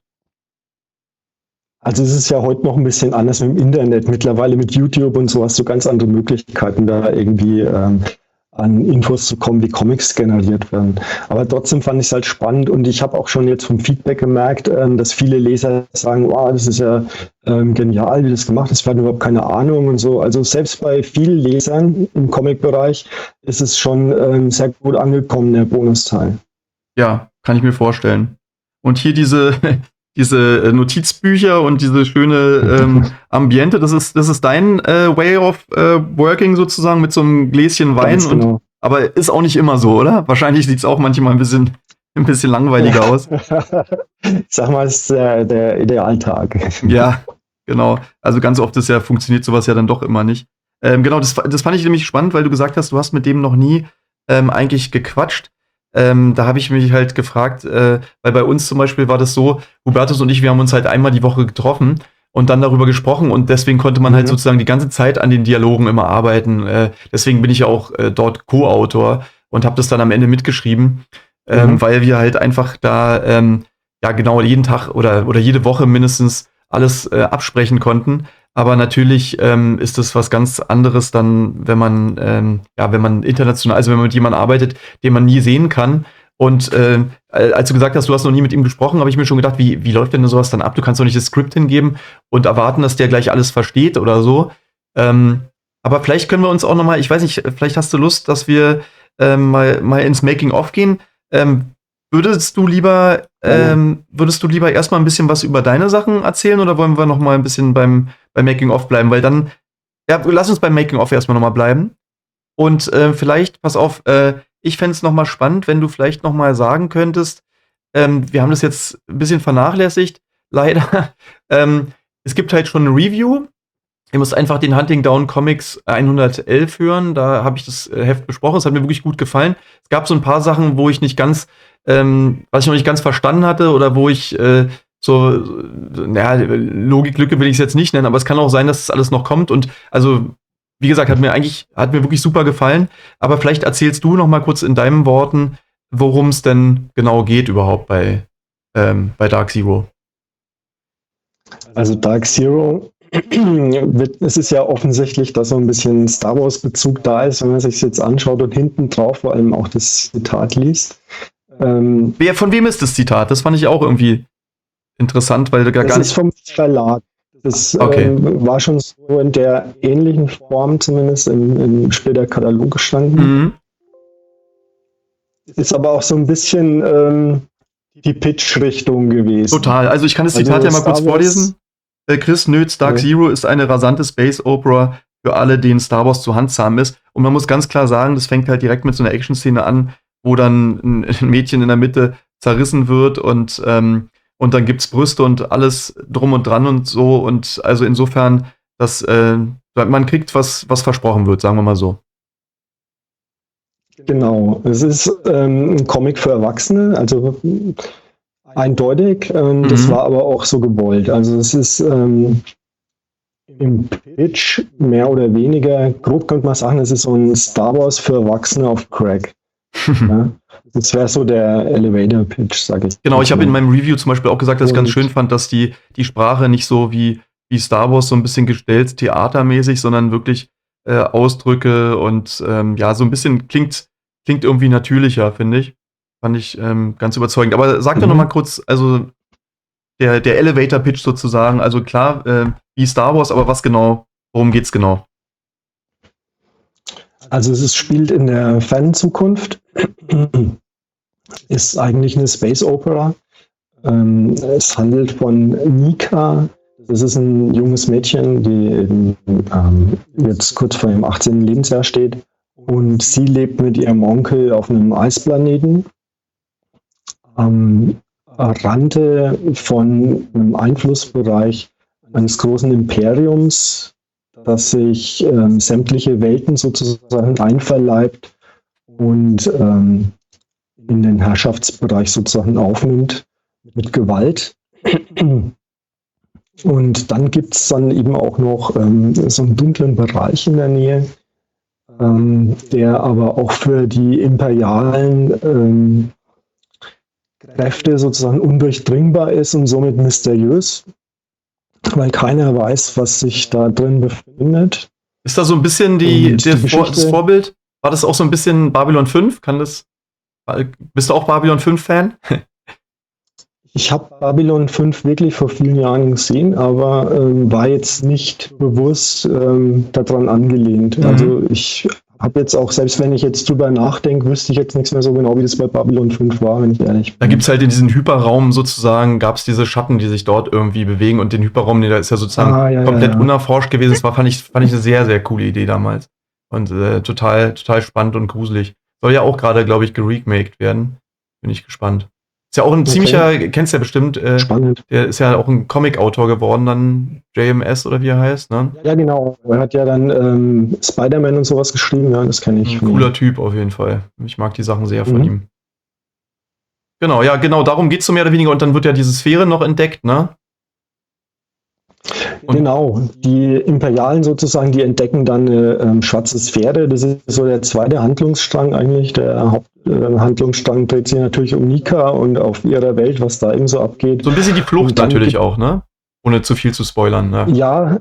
Also es ist ja heute noch ein bisschen anders mit dem Internet. Mittlerweile mit YouTube und so hast du ganz andere Möglichkeiten, da irgendwie ähm, an Infos zu kommen, wie Comics generiert werden. Aber trotzdem fand ich es halt spannend und ich habe auch schon jetzt vom Feedback gemerkt, ähm, dass viele Leser sagen, wow, das ist ja ähm, genial, wie das gemacht ist, wir hatten überhaupt keine Ahnung und so. Also selbst bei vielen Lesern im Comic-Bereich ist es schon ähm, sehr gut angekommen, der Bonusteil. Ja, kann ich mir vorstellen. Und hier diese, diese Notizbücher und diese schöne ähm, Ambiente, das ist, das ist dein äh, Way of äh, Working sozusagen mit so einem Gläschen Wein. Ganz genau. Und, aber ist auch nicht immer so, oder? Wahrscheinlich sieht es auch manchmal ein bisschen, ein bisschen langweiliger aus. Sag mal, es ist der, der Idealtag. Ja, genau. Also ganz oft ist ja, funktioniert sowas ja dann doch immer nicht. Ähm, genau, das, das fand ich nämlich spannend, weil du gesagt hast, du hast mit dem noch nie ähm, eigentlich gequatscht. Ähm, da habe ich mich halt gefragt, äh, weil bei uns zum Beispiel war das so, Hubertus und ich, wir haben uns halt einmal die Woche getroffen und dann darüber gesprochen und deswegen konnte man Mhm. halt sozusagen die ganze Zeit an den Dialogen immer arbeiten. Äh, deswegen bin ich ja auch äh, dort Co-Autor und habe das dann am Ende mitgeschrieben, ähm, Mhm. weil wir halt einfach da ähm, ja genau jeden Tag oder, oder jede Woche mindestens alles äh, absprechen konnten. Aber natürlich ähm, ist das was ganz anderes dann, wenn man, ähm, ja, wenn man international, also wenn man mit jemandem arbeitet, den man nie sehen kann. Und äh, als du gesagt hast, du hast noch nie mit ihm gesprochen, habe ich mir schon gedacht, wie, wie läuft denn sowas dann ab? Du kannst doch nicht das Skript hingeben und erwarten, dass der gleich alles versteht oder so. Ähm, aber vielleicht können wir uns auch noch mal, ich weiß nicht, vielleicht hast du Lust, dass wir ähm, mal, mal ins Making-of gehen. Ähm, Würdest du lieber, ähm, würdest du lieber erstmal ein bisschen was über deine Sachen erzählen oder wollen wir noch mal ein bisschen beim, beim Making-of bleiben? Weil dann, ja, lass uns beim Making-of erstmal noch mal bleiben. Und äh, vielleicht, pass auf, äh, ich fände es noch mal spannend, wenn du vielleicht noch mal sagen könntest, ähm, wir haben das jetzt ein bisschen vernachlässigt, leider. ähm, es gibt halt schon eine Review. Ihr müsst einfach den Hunting Down Comics hundertelf hören. Da habe ich das äh, Heft besprochen. Es hat mir wirklich gut gefallen. Es gab so ein paar Sachen, wo ich nicht ganz, ähm, was ich noch nicht ganz verstanden hatte oder wo ich äh, so, naja, Logiklücke will ich es jetzt nicht nennen, aber es kann auch sein, dass das alles noch kommt. Und also, wie gesagt, hat mir eigentlich, hat mir wirklich super gefallen. Aber vielleicht erzählst du noch mal kurz in deinen Worten, worum es denn genau geht überhaupt bei, ähm, bei Dark Zero. Also Dark Zero, es ist ja offensichtlich, dass so ein bisschen Star Wars-Bezug da ist, wenn man sich jetzt anschaut und hinten drauf vor allem auch das Zitat liest. Ähm, Wer, von wem ist das Zitat? Das fand ich auch irgendwie interessant, weil gar, das gar ist nicht. vom Verlag. Das Okay. ähm, war schon so in der ähnlichen Form zumindest im, im Splitter-Katalog gestanden. Mhm. Ist aber auch so ein bisschen ähm, die Pitch-Richtung gewesen. Total. Also ich kann das Also Zitat ja mal Star kurz Wars- vorlesen. Äh, Chris Nöths Dark Ja. Zero ist eine rasante Space Opera für alle, denen Star Wars zu handzahm ist. Und man muss ganz klar sagen, das fängt halt direkt mit so einer Action-Szene an, wo dann ein, ein Mädchen in der Mitte zerrissen wird und, ähm, und dann gibt's Brüste und alles drum und dran und so. Und also insofern, dass äh, man kriegt, was, was versprochen wird, sagen wir mal so. Genau, es ist ähm, ein Comic für Erwachsene, also eindeutig. Ähm, Mhm. Das war aber auch so gewollt. Also es ist ähm, im Pitch mehr oder weniger, grob könnte man sagen, es ist so ein Star Wars für Erwachsene auf Crack. Ja? Das wäre so der Elevator-Pitch, sage ich. Genau, ich habe in meinem Review zum Beispiel auch gesagt, dass ich ganz Und- schön fand, dass die, die Sprache nicht so wie, wie Star Wars so ein bisschen gestellt, theatermäßig, sondern wirklich äh, Ausdrücke und ähm, ja, so ein bisschen klingt, klingt irgendwie natürlicher, finde ich. Fand ich ähm, ganz überzeugend. Aber sag doch Mhm. noch mal kurz, also der, der Elevator-Pitch sozusagen, also klar, äh, wie Star Wars, aber was genau, worum geht's genau? Also es ist, spielt in der fernen Zukunft, ist eigentlich eine Space Opera. Ähm, es handelt von Nika. Das ist ein junges Mädchen, die eben, ähm, jetzt kurz vor ihrem achtzehnten Lebensjahr steht. Und sie lebt mit ihrem Onkel auf einem Eisplaneten am Rande von einem Einflussbereich eines großen Imperiums, das sich ähm, sämtliche Welten sozusagen einverleibt und ähm, in den Herrschaftsbereich sozusagen aufnimmt mit Gewalt. Und dann gibt es dann eben auch noch ähm, so einen dunklen Bereich in der Nähe, ähm, der aber auch für die imperialen ähm, Kräfte sozusagen undurchdringbar ist und somit mysteriös, weil keiner weiß, was sich da drin befindet. Ist da so ein bisschen die, Und der die Vor, das Geschichte- Vorbild? War das auch so ein bisschen Babylon fünf? Kann das, bist du auch Babylon fünf Fan? Ich habe Babylon fünf wirklich vor vielen Jahren gesehen, aber ähm, war jetzt nicht bewusst ähm, daran angelehnt. Mhm. Also ich habe jetzt auch, selbst wenn ich jetzt drüber nachdenke, wüsste ich jetzt nichts mehr so genau, wie das bei Babylon fünf war, wenn ich ehrlich bin. Da gibt's halt in diesem Hyperraum sozusagen, gab's diese Schatten, die sich dort irgendwie bewegen und den Hyperraum, der ist ja sozusagen Ah, ja, komplett ja, ja. unerforscht gewesen. Das war, fand ich, fand ich eine sehr, sehr coole Idee damals. Und äh, total, total spannend und gruselig. Soll ja auch gerade, glaube ich, geremaked werden. Bin ich gespannt. Ist ja auch ein Okay. ziemlicher, kennst du ja bestimmt, äh, Spannend. der ist ja auch ein Comic-Autor geworden, dann J M S oder wie er heißt, ne? Ja, genau. Er hat ja dann ähm, Spider-Man und sowas geschrieben, ja, das kenne ich. Ein von cooler ihm. Typ auf jeden Fall. Ich mag die Sachen sehr von Mhm. ihm. Genau, ja, genau, darum geht's so mehr oder weniger. Und dann wird ja diese Sphäre noch entdeckt, ne? Und- Genau, die Imperialen sozusagen, die entdecken dann eine ähm, schwarze Sphäre. Das ist so der zweite Handlungsstrang eigentlich. Der Haupthandlungsstrang äh, dreht sich natürlich um Nika und auf ihrer Welt, was da eben so abgeht. So ein bisschen die Flucht Und dann natürlich gibt- auch, ne? Ohne zu viel zu spoilern, ne? Ja,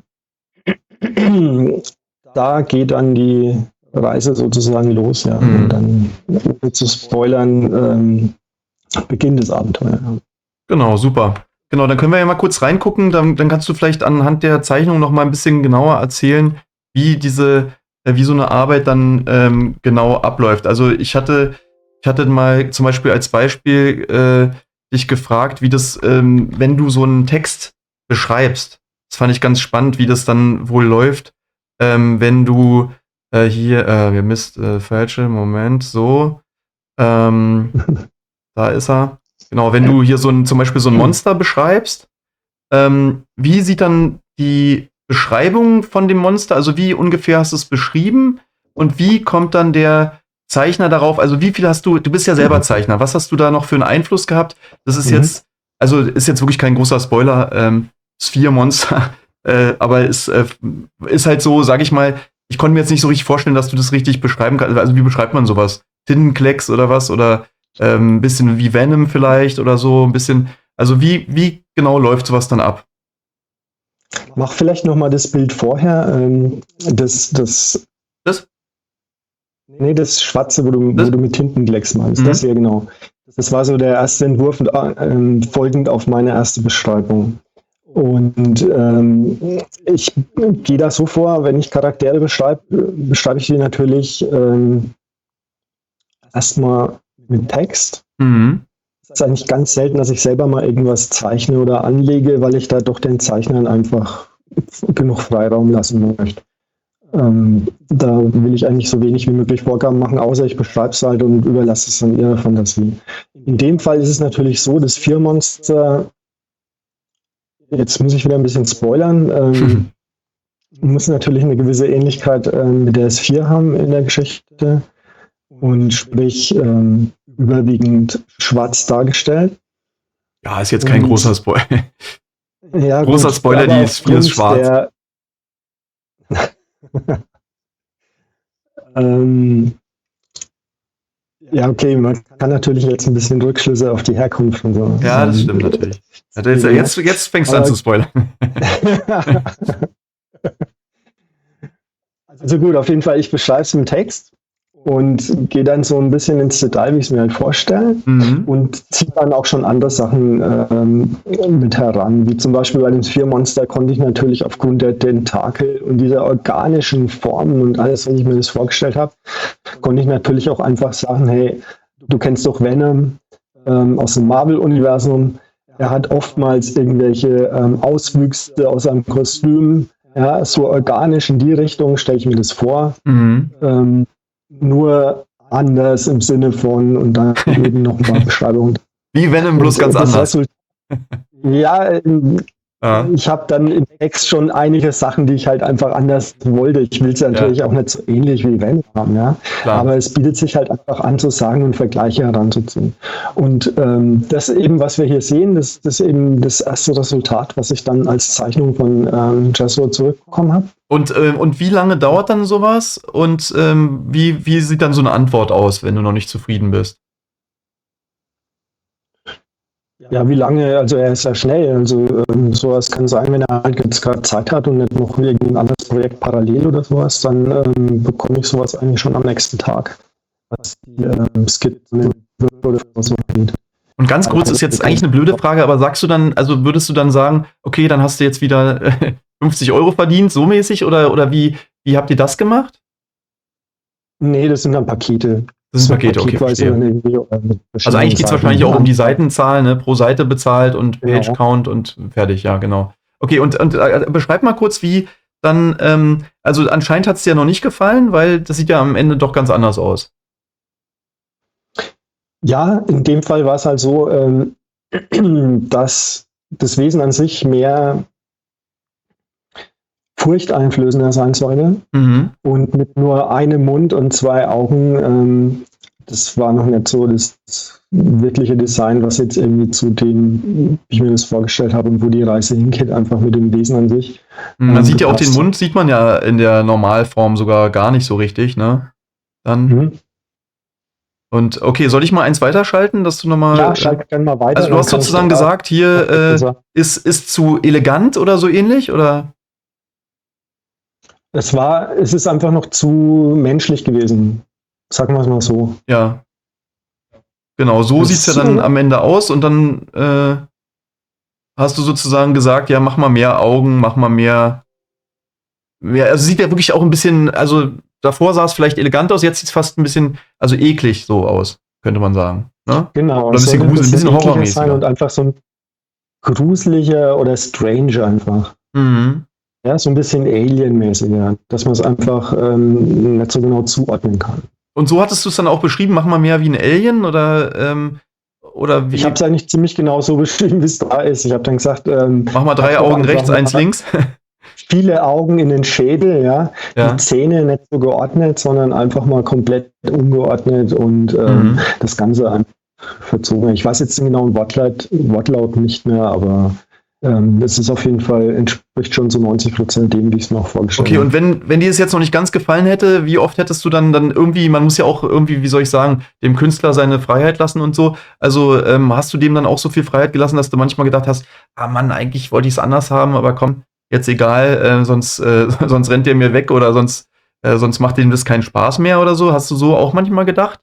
da geht dann die Reise sozusagen los, ja. Mhm. Und dann, ohne zu spoilern, ähm, beginnt das Abenteuer. Genau, super. Genau, dann können wir ja mal kurz reingucken. Dann, dann kannst du vielleicht anhand der Zeichnung noch mal ein bisschen genauer erzählen, wie diese, äh, wie so eine Arbeit dann ähm, genau abläuft. Also ich hatte, ich hatte mal zum Beispiel als Beispiel äh, dich gefragt, wie das, ähm, wenn du so einen Text beschreibst. Das fand ich ganz spannend, wie das dann wohl läuft, ähm, wenn du äh, hier, äh, wir Mist, äh, falsche, Moment, so, ähm, da ist er. Genau, wenn du hier so ein, zum Beispiel so ein Monster beschreibst, ähm, wie sieht dann die Beschreibung von dem Monster, also wie ungefähr hast du es beschrieben und wie kommt dann der Zeichner darauf, also wie viel hast du, du bist ja selber Zeichner, was hast du da noch für einen Einfluss gehabt? Das ist Mhm. jetzt, also ist jetzt wirklich kein großer Spoiler, ähm, Sphere-Monster, äh, aber es äh, ist halt so, sag ich mal, ich konnte mir jetzt nicht so richtig vorstellen, dass du das richtig beschreiben kannst, also wie beschreibt man sowas? Tintenklecks oder was, oder ein ähm, bisschen wie Venom vielleicht oder so, ein bisschen, also wie, wie genau läuft sowas dann ab? Mach vielleicht noch mal das Bild vorher. Ähm, das, das, Das? nee, das Schwarze, wo du, Das? wo du mit Tintenklecks meinst. Mhm. Das ja genau. Das war so der erste Entwurf und ähm, folgend auf meine erste Beschreibung. Und ähm, ich gehe da so vor, wenn ich Charaktere beschreibe, beschreibe ich die natürlich ähm, erstmal mit Text. Mhm. Es ist eigentlich ganz selten, dass ich selber mal irgendwas zeichne oder anlege, weil ich da doch den Zeichnern einfach genug Freiraum lassen möchte. Ähm, da will ich eigentlich so wenig wie möglich Vorgaben machen, außer ich beschreibe es halt und überlasse es dann ihrer Fantasie. In dem Fall ist es natürlich so, das Sphere-Monster, jetzt muss ich wieder ein bisschen spoilern, ähm, muss natürlich eine gewisse Ähnlichkeit ähm, mit der Sphäre haben in der Geschichte und sprich ähm, überwiegend schwarz dargestellt. Ja, ist jetzt kein Und- großer Spoiler. Ja, Großer gut, Spoiler, aber die Sphäre ist aufgrund schwarz. der- ähm, ja, okay, man kann natürlich jetzt ein bisschen Rückschlüsse auf die Herkunft und so. Ja, das ähm, stimmt natürlich. Also jetzt, jetzt, jetzt fängst du an Aber- zu spoilern. Also gut, auf jeden Fall, ich beschreibe es im Text und gehe dann so ein bisschen ins Detail, wie ich es mir halt vorstelle. Mhm. Und ziehe dann auch schon andere Sachen ähm, mit heran. Wie zum Beispiel bei dem Sphere-Monster konnte ich natürlich aufgrund der Tentakel und dieser organischen Formen und alles, wenn ich mir das vorgestellt habe, konnte ich natürlich auch einfach sagen, hey, du kennst doch Venom ähm, aus dem Marvel-Universum. Er hat oftmals irgendwelche ähm, Auswüchse aus seinem Kostüm. Ja, so organisch in die Richtung stelle ich mir das vor. Mhm. Ähm, nur anders im Sinne von und dann eben noch ein paar Beschreibungen. Wie Venom, bloß Und, ganz äh, das anders. Result- ja, ähm, Ja, ich habe dann im Text schon einige Sachen, die ich halt einfach anders wollte. Ich will es ja natürlich ja, auch nicht so ähnlich wie Van haben, ja. klar. Aber es bietet sich halt einfach an zu sagen und Vergleiche heranzuziehen. Und ähm, das eben, was wir hier sehen, das, das ist eben das erste Resultat, was ich dann als Zeichnung von ähm, Jesso zurückbekommen habe. Und, äh, und wie lange dauert dann sowas? Und ähm, wie, wie sieht dann so eine Antwort aus, wenn du noch nicht zufrieden bist? Ja, wie lange? Also er ist ja schnell. Also ähm, sowas kann sein, wenn er halt jetzt gerade Zeit hat und nicht noch irgendein anderes Projekt parallel oder sowas, dann ähm, bekomme ich sowas eigentlich schon am nächsten Tag, was die ähm, Skizzen oder so geht. Und ganz kurz ist jetzt eigentlich eine blöde Frage, aber sagst du dann, also würdest du dann sagen, okay, dann hast du jetzt wieder äh, fünfzig Euro verdient, so mäßig, oder, oder wie, wie habt ihr das gemacht? Nee, das sind dann Pakete. Das sind Pakete, okay, verstehe. Also eigentlich geht es wahrscheinlich auch um die Seitenzahl, ne, pro Seite bezahlt und Page Count und fertig, ja, genau. Okay, und, und äh, beschreib mal kurz, wie dann, ähm, also anscheinend hat es dir ja noch nicht gefallen, weil das sieht ja am Ende doch ganz anders aus. Ja, in dem Fall war es halt so, ähm, dass das Wesen an sich mehr furchteinflößender sein sollte. Mhm. Und mit nur einem Mund und zwei Augen, ähm, das war noch nicht so das wirkliche Design, was jetzt irgendwie zu dem, wie ich mir das vorgestellt habe und wo die Reise hingeht, einfach mit dem Wesen an sich. Man ähm, sieht ja auch den Mund, sieht man ja in der Normalform sogar gar nicht so richtig, ne? Dann. Mhm. Und okay, soll ich mal eins weiterschalten, dass du nochmal. Ja, schalt gerne mal weiter. Also du hast sozusagen gesagt, hier äh, ist, ist zu elegant oder so ähnlich, oder? Es war, es ist einfach noch zu menschlich gewesen. Sagen wir es mal so. Ja. Genau, so sieht es ja dann am Ende aus und dann äh, hast du sozusagen gesagt, ja, mach mal mehr Augen, mach mal mehr. mehr also sieht ja wirklich auch ein bisschen, also davor sah es vielleicht elegant aus, jetzt sieht es fast ein bisschen, also eklig so aus, könnte man sagen. Ne? Genau. Oder ein bisschen gruselig, ein bisschen horrormäßig. Sein und einfach so ein gruseliger oder strange einfach. Mhm. Ja, so ein bisschen Alien-mäßiger, dass man es einfach ähm, nicht so genau zuordnen kann. Und so hattest du es dann auch beschrieben, mach mal mehr wie ein Alien oder, ähm, oder wie? Ich habe es eigentlich ziemlich genau so beschrieben, wie es da ist. Ich habe dann gesagt, ähm, mach mal drei Augen rechts, eins links. Viele Augen in den Schädel, ja. ja. Die Zähne nicht so geordnet, sondern einfach mal komplett ungeordnet und ähm, mhm. das Ganze einfach verzogen. Ich weiß jetzt den genauen Wortlaut, Wortlaut nicht mehr, aber Ähm, das ist auf jeden Fall, entspricht schon zu neunzig Prozent dem, wie ich es mir auch vorgestellt habe. Okay, und wenn, wenn dir es jetzt noch nicht ganz gefallen hätte, wie oft hättest du dann, dann irgendwie, man muss ja auch irgendwie, wie soll ich sagen, dem Künstler seine Freiheit lassen und so. Also ähm, hast du dem dann auch so viel Freiheit gelassen, dass du manchmal gedacht hast, ah Mann, eigentlich wollte ich es anders haben, aber komm, jetzt egal, äh, sonst, äh, sonst rennt der mir weg oder sonst, äh, sonst macht dem das keinen Spaß mehr oder so. Hast du so auch manchmal gedacht?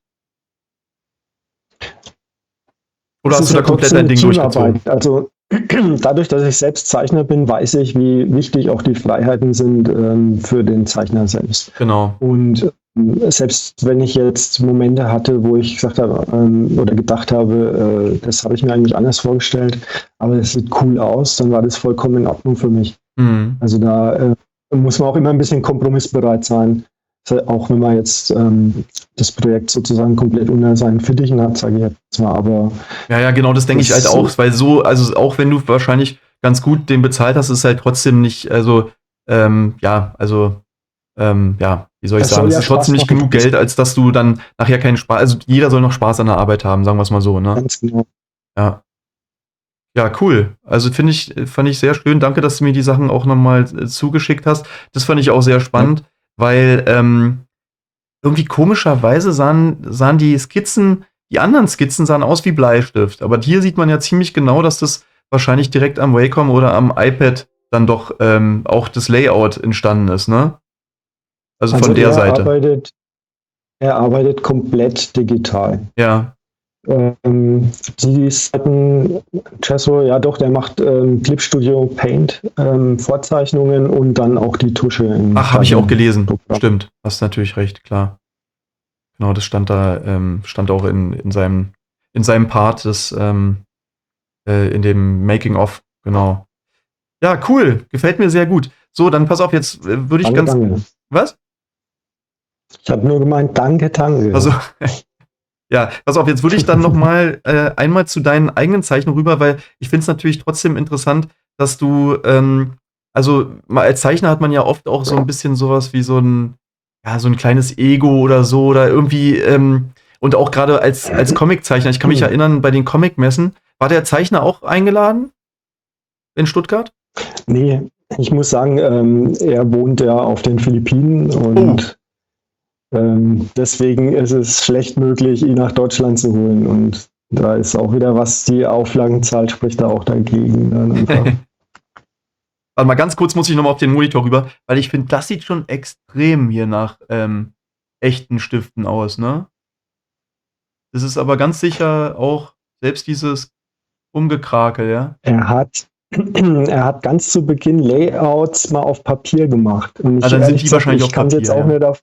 Oder das hast du da komplett dein Ding durchgezogen? Also dadurch, dass ich selbst Zeichner bin, weiß ich, wie wichtig auch die Freiheiten sind ähm, für den Zeichner selbst. Genau. Und ähm, selbst wenn ich jetzt Momente hatte, wo ich gesagt habe ähm, oder gedacht habe, äh, das habe ich mir eigentlich anders vorgestellt, aber es sieht cool aus, dann war das vollkommen in Ordnung für mich. Mhm. Also da äh, muss man auch immer ein bisschen kompromissbereit sein. Auch wenn man jetzt ähm, das Projekt sozusagen komplett unter seinen Fittichen hat, sage ich jetzt mal, aber... Ja, ja, genau, das denke ich halt auch, weil so, also auch wenn du wahrscheinlich ganz gut den bezahlt hast, ist es halt trotzdem nicht, also, ähm, ja, also, ähm, ja, wie soll ich sagen, es ist trotzdem nicht genug Geld, als dass du dann nachher keinen Spaß, also jeder soll noch Spaß an der Arbeit haben, sagen wir es mal so, ne? Ganz genau. Ja. Ja, cool. Also finde ich, fand ich sehr schön. Danke, dass du mir die Sachen auch nochmal zugeschickt hast. Das fand ich auch sehr spannend. Ja. Weil ähm, irgendwie komischerweise sahen, sahen die Skizzen, die anderen Skizzen sahen aus wie Bleistift. Aber hier sieht man ja ziemlich genau, dass das wahrscheinlich direkt am Wacom oder am iPad dann doch ähm, auch das Layout entstanden ist, ne? Also, also von der er Seite. Arbeitet, er arbeitet komplett digital. Ja. Ähm, die Seiten, Jesso, ja doch, der macht ähm, Clip Studio Paint, ähm, Vorzeichnungen und dann auch die Tusche. Ach, habe ich auch gelesen. Programm. Stimmt, hast natürlich recht, klar. Genau, das stand da, ähm, stand auch in, in, seinem, in seinem Part, des, ähm, äh, in dem Making-of, genau. Ja, cool, gefällt mir sehr gut. So, dann pass auf, jetzt äh, würde ich danke, ganz... Danke. Was? Ich habe nur gemeint, danke, danke. Also... Ja, pass auf, jetzt würde ich dann noch mal äh, einmal zu deinen eigenen Zeichnungen rüber, weil ich finde es natürlich trotzdem interessant, dass du, ähm, also mal als Zeichner hat man ja oft auch so ein bisschen sowas wie so ein, ja, so ein kleines Ego oder so oder irgendwie, ähm, und auch gerade als, als Comiczeichner, ich kann mich erinnern, bei den Comicmessen, war der Zeichner auch eingeladen in Stuttgart? Nee, ich muss sagen, ähm, er wohnt ja auf den Philippinen und ähm, deswegen ist es schlecht möglich, ihn nach Deutschland zu holen. Und da ist auch wieder was, die Auflagenzahl spricht da auch dagegen. Dann einfach. Warte mal, ganz kurz muss ich nochmal auf den Monitor rüber, weil ich finde, das sieht schon extrem hier nach ähm, echten Stiften aus, ne? Das ist aber ganz sicher auch selbst dieses Umgekrakel, ja? Er hat, er hat ganz zu Beginn Layouts mal auf Papier gemacht. Und ich, Ah, dann sind ehrlich die gesagt, wahrscheinlich ich auf kann es jetzt Papier, auch ja. nicht auf,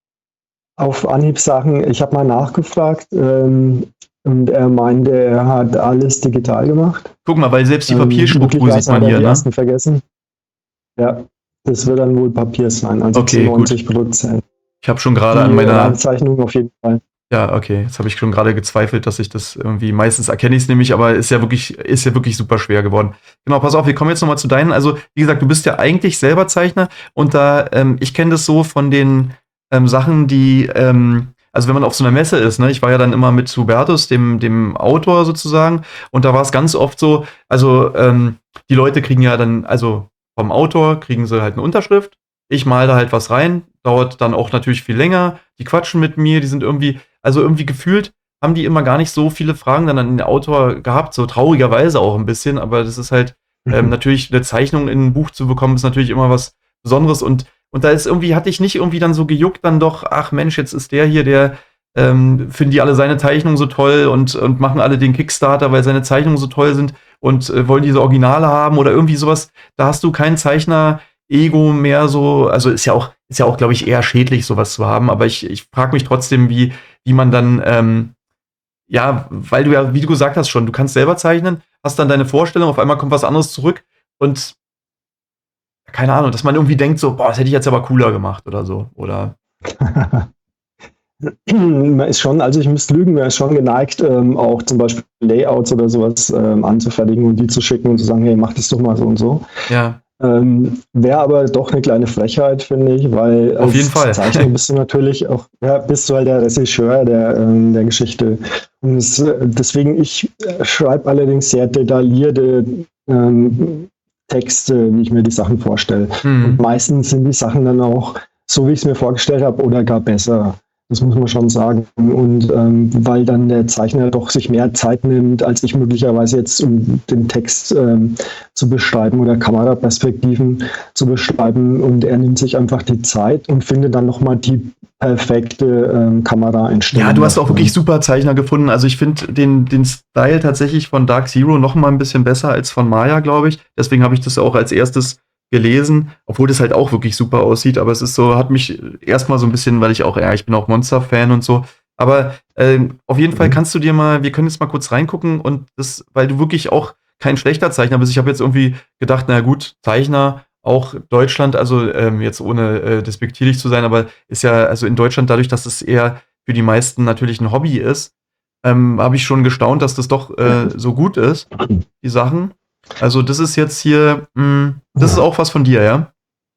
auf Anhieb sagen. Ich habe mal nachgefragt ähm, und er meinte, er hat alles digital gemacht. Guck mal, weil selbst die Ähm, Papierstruktur sieht möglicherweise man hat er hier, die ne? ersten vergessen. Ja, das wird dann wohl Papier sein, also Okay, zu gut. neunzig Prozent. Ich habe schon gerade Die an meiner, Randzeichnung auf jeden Fall. ja, okay, jetzt habe ich schon gerade gezweifelt, dass ich das irgendwie, meistens erkenne ich es nämlich, aber ist ja wirklich, ist ja wirklich super schwer geworden. Genau, pass auf, wir kommen jetzt nochmal zu deinen, also wie gesagt, du bist ja eigentlich selber Zeichner und da, ähm, ich kenne das so von den ähm, Sachen, die, ähm, also wenn man auf so einer Messe ist, ne, ich war ja dann immer mit Hubertus, dem, dem Autor sozusagen, und da war es ganz oft so, also ähm, die Leute kriegen ja dann, also vom Autor kriegen sie halt eine Unterschrift, ich male da halt was rein, dauert dann auch natürlich viel länger, die quatschen mit mir, die sind irgendwie, also irgendwie gefühlt haben die immer gar nicht so viele Fragen dann an den Autor gehabt, so traurigerweise auch ein bisschen, aber das ist halt ähm, natürlich eine Zeichnung in ein Buch zu bekommen, ist natürlich immer was Besonderes und und da ist irgendwie, hatte ich nicht irgendwie dann so gejuckt, dann doch, ach Mensch, jetzt ist der hier, der ähm, finden die alle seine Zeichnungen so toll und, und machen alle den Kickstarter, weil seine Zeichnungen so toll sind und äh, wollen diese Originale haben oder irgendwie sowas. Da hast du keinen Zeichner-Ego mehr so, also ist ja auch, ist ja auch, glaube ich, eher schädlich, sowas zu haben, aber ich, ich frage mich trotzdem, wie, wie man dann, ähm, ja, weil du ja, wie du gesagt hast schon, du kannst selber zeichnen, hast dann deine Vorstellung, auf einmal kommt was anderes zurück und keine Ahnung, dass man irgendwie denkt so, boah, das hätte ich jetzt aber cooler gemacht oder so, oder? Man ist schon, also ich müsste lügen, man ist schon geneigt, ähm, auch zum Beispiel Layouts oder sowas ähm, anzufertigen und die zu schicken und zu sagen, hey, mach das doch mal so und so. Ja. Ähm, Wäre aber doch eine kleine Frechheit, finde ich, weil Auf jeden Fall. als Zeichner bist du natürlich auch, ja, bist du halt der Regisseur der, ähm, der Geschichte. Und es, äh, deswegen, ich äh, schreibe allerdings sehr detaillierte ähm, Texte, wie ich mir die Sachen vorstelle. Mhm. Und meistens sind die Sachen dann auch so, wie ich es mir vorgestellt habe, oder gar besser. Das muss man schon sagen. Und ähm, weil dann der Zeichner doch sich mehr Zeit nimmt, als ich möglicherweise jetzt, um den Text ähm, zu beschreiben oder Kameraperspektiven zu beschreiben. Und er nimmt sich einfach die Zeit und findet dann nochmal die perfekte ähm, Kameraeinstellung. Ja, du hast auch wirklich super Zeichner gefunden. Also ich finde den, den Style tatsächlich von Dark Zero noch mal ein bisschen besser als von Maya, glaube ich. Deswegen habe ich das auch als erstes gelesen, obwohl das halt auch wirklich super aussieht, aber es ist so, hat mich erstmal so ein bisschen, weil ich auch, ja, ich bin auch Monster-Fan und so, aber ähm, auf jeden mhm. Fall kannst du dir mal, wir können jetzt mal kurz reingucken und das, weil du wirklich auch kein schlechter Zeichner bist, ich habe jetzt irgendwie gedacht, na gut, Zeichner, auch Deutschland, also ähm, jetzt ohne äh, despektierlich zu sein, aber ist ja, also in Deutschland dadurch, dass es eher für die meisten natürlich ein Hobby ist, ähm, habe ich schon gestaunt, dass das doch äh, so gut ist, die Sachen. Also das ist jetzt hier, mh, das ist auch was von dir, ja?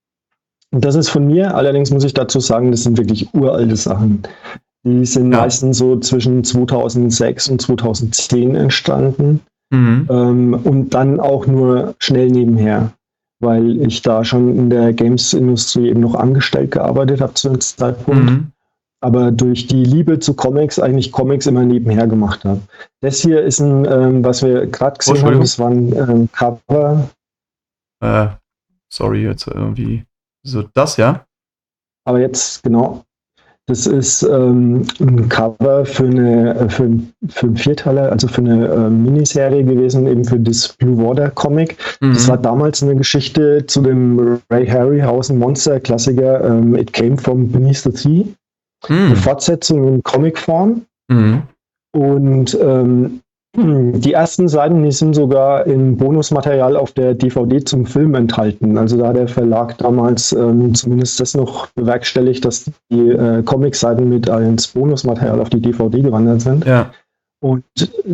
Das ist von mir, allerdings muss ich dazu sagen, das sind wirklich uralte Sachen. Die sind ja meistens so zwischen zweitausendsechs und zweitausendzehn entstanden mhm. ähm, und dann auch nur schnell nebenher, weil ich da schon in der Games-Industrie eben noch angestellt gearbeitet habe zu dem Zeitpunkt. Mhm. Aber durch die Liebe zu Comics eigentlich Comics immer nebenher gemacht habe. Das hier ist ein, ähm, was wir gerade gesehen oh, haben, das war ein ähm, Cover. Äh, sorry, jetzt irgendwie so das, ja? Aber jetzt, genau. Das ist ähm, ein Cover für eine für, für einen Vierteiler, also für eine äh, Miniserie gewesen, eben für das Blue Water Comic. Mhm. Das war damals eine Geschichte zu dem Ray Harryhausen Monster-Klassiker ähm, It Came From Beneath the Sea. Mhm. Eine Fortsetzung in Comicform. Mhm. Und ähm, die ersten Seiten, die sind sogar im Bonusmaterial auf der D V D zum Film enthalten. Also da hat der Verlag damals ähm, zumindest das noch bewerkstelligt, dass die äh, Comic-Seiten mit als Bonusmaterial auf die D V D gewandert sind. Ja. Und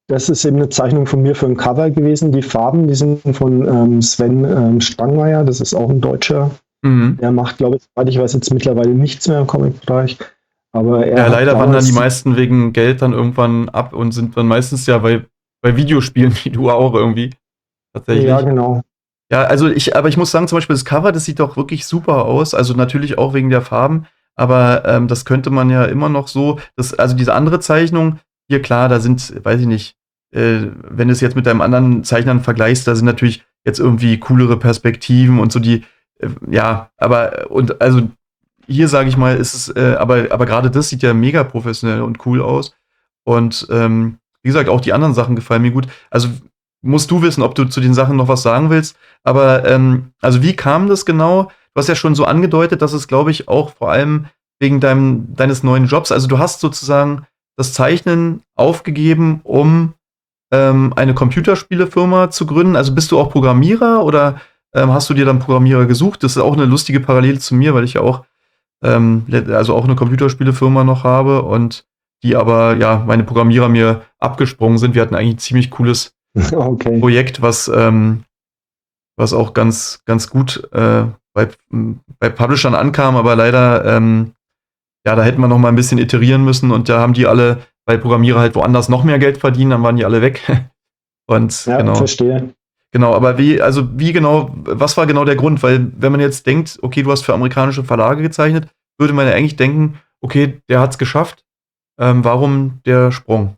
das ist eben eine Zeichnung von mir für ein Cover gewesen. Die Farben, die sind von ähm, Sven ähm, Stangmeier, das ist auch ein Deutscher. Mhm. Der macht, glaube ich, soweit ich weiß, jetzt mittlerweile nichts mehr im Comic-Bereich. Aber er ja, leider wandern die meisten wegen Geld dann irgendwann ab und sind dann meistens ja bei, bei Videospielen wie du auch irgendwie. Tatsächlich. Ja, genau. Ja, also ich, aber ich muss sagen, zum Beispiel das Cover, das sieht doch wirklich super aus. Also natürlich auch wegen der Farben, aber ähm, das könnte man ja immer noch so, das, also diese andere Zeichnung, hier klar, da sind, weiß ich nicht, äh, wenn du es jetzt mit deinem anderen Zeichnern vergleichst, da sind natürlich jetzt irgendwie coolere Perspektiven und so die, äh, ja, aber und also hier sage ich mal, ist es, äh, aber, aber gerade das sieht ja mega professionell und cool aus. Und ähm, wie gesagt, auch die anderen Sachen gefallen mir gut. Also musst du wissen, ob du zu den Sachen noch was sagen willst. Aber ähm, also wie kam das genau? Du hast ja schon so angedeutet, dass es, glaube ich, auch vor allem wegen deinem, deines neuen Jobs, also du hast sozusagen das Zeichnen aufgegeben, um ähm, eine Computerspielefirma zu gründen. Also bist du auch Programmierer oder ähm, hast du dir dann Programmierer gesucht? Das ist auch eine lustige Parallele zu mir, weil ich ja auch ähm, also auch eine Computerspielefirma noch habe und die aber, ja, meine Programmierer mir abgesprungen sind. Wir hatten eigentlich ein ziemlich cooles okay. Projekt, was, ähm, was auch ganz, ganz gut äh, bei, bei Publishern ankam, aber leider, ähm, ja, da hätten wir noch mal ein bisschen iterieren müssen und da haben die alle, weil Programmierer halt woanders noch mehr Geld verdienen, dann waren die alle weg. Und ja, genau. Verstehe. Genau, aber wie, also wie genau, was war genau der Grund? Weil wenn man jetzt denkt, okay, du hast für amerikanische Verlage gezeichnet, würde man ja eigentlich denken, okay, der hat's geschafft. Ähm, warum der Sprung?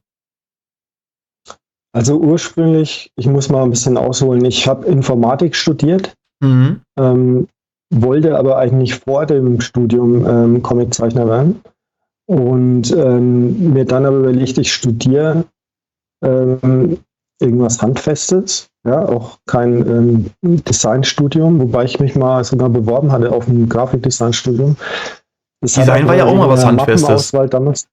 Also ursprünglich, ich muss mal ein bisschen ausholen, ich habe Informatik studiert, mhm. ähm, wollte aber eigentlich vor dem Studium ähm, Comiczeichner werden und ähm, mir dann aber überlegt, ich studiere ähm, irgendwas Handfestes, ja, auch kein ähm, Designstudium, wobei ich mich mal sogar beworben hatte auf ein Grafikdesignstudium. Das Design war ja auch mal was Handfestes. Damals.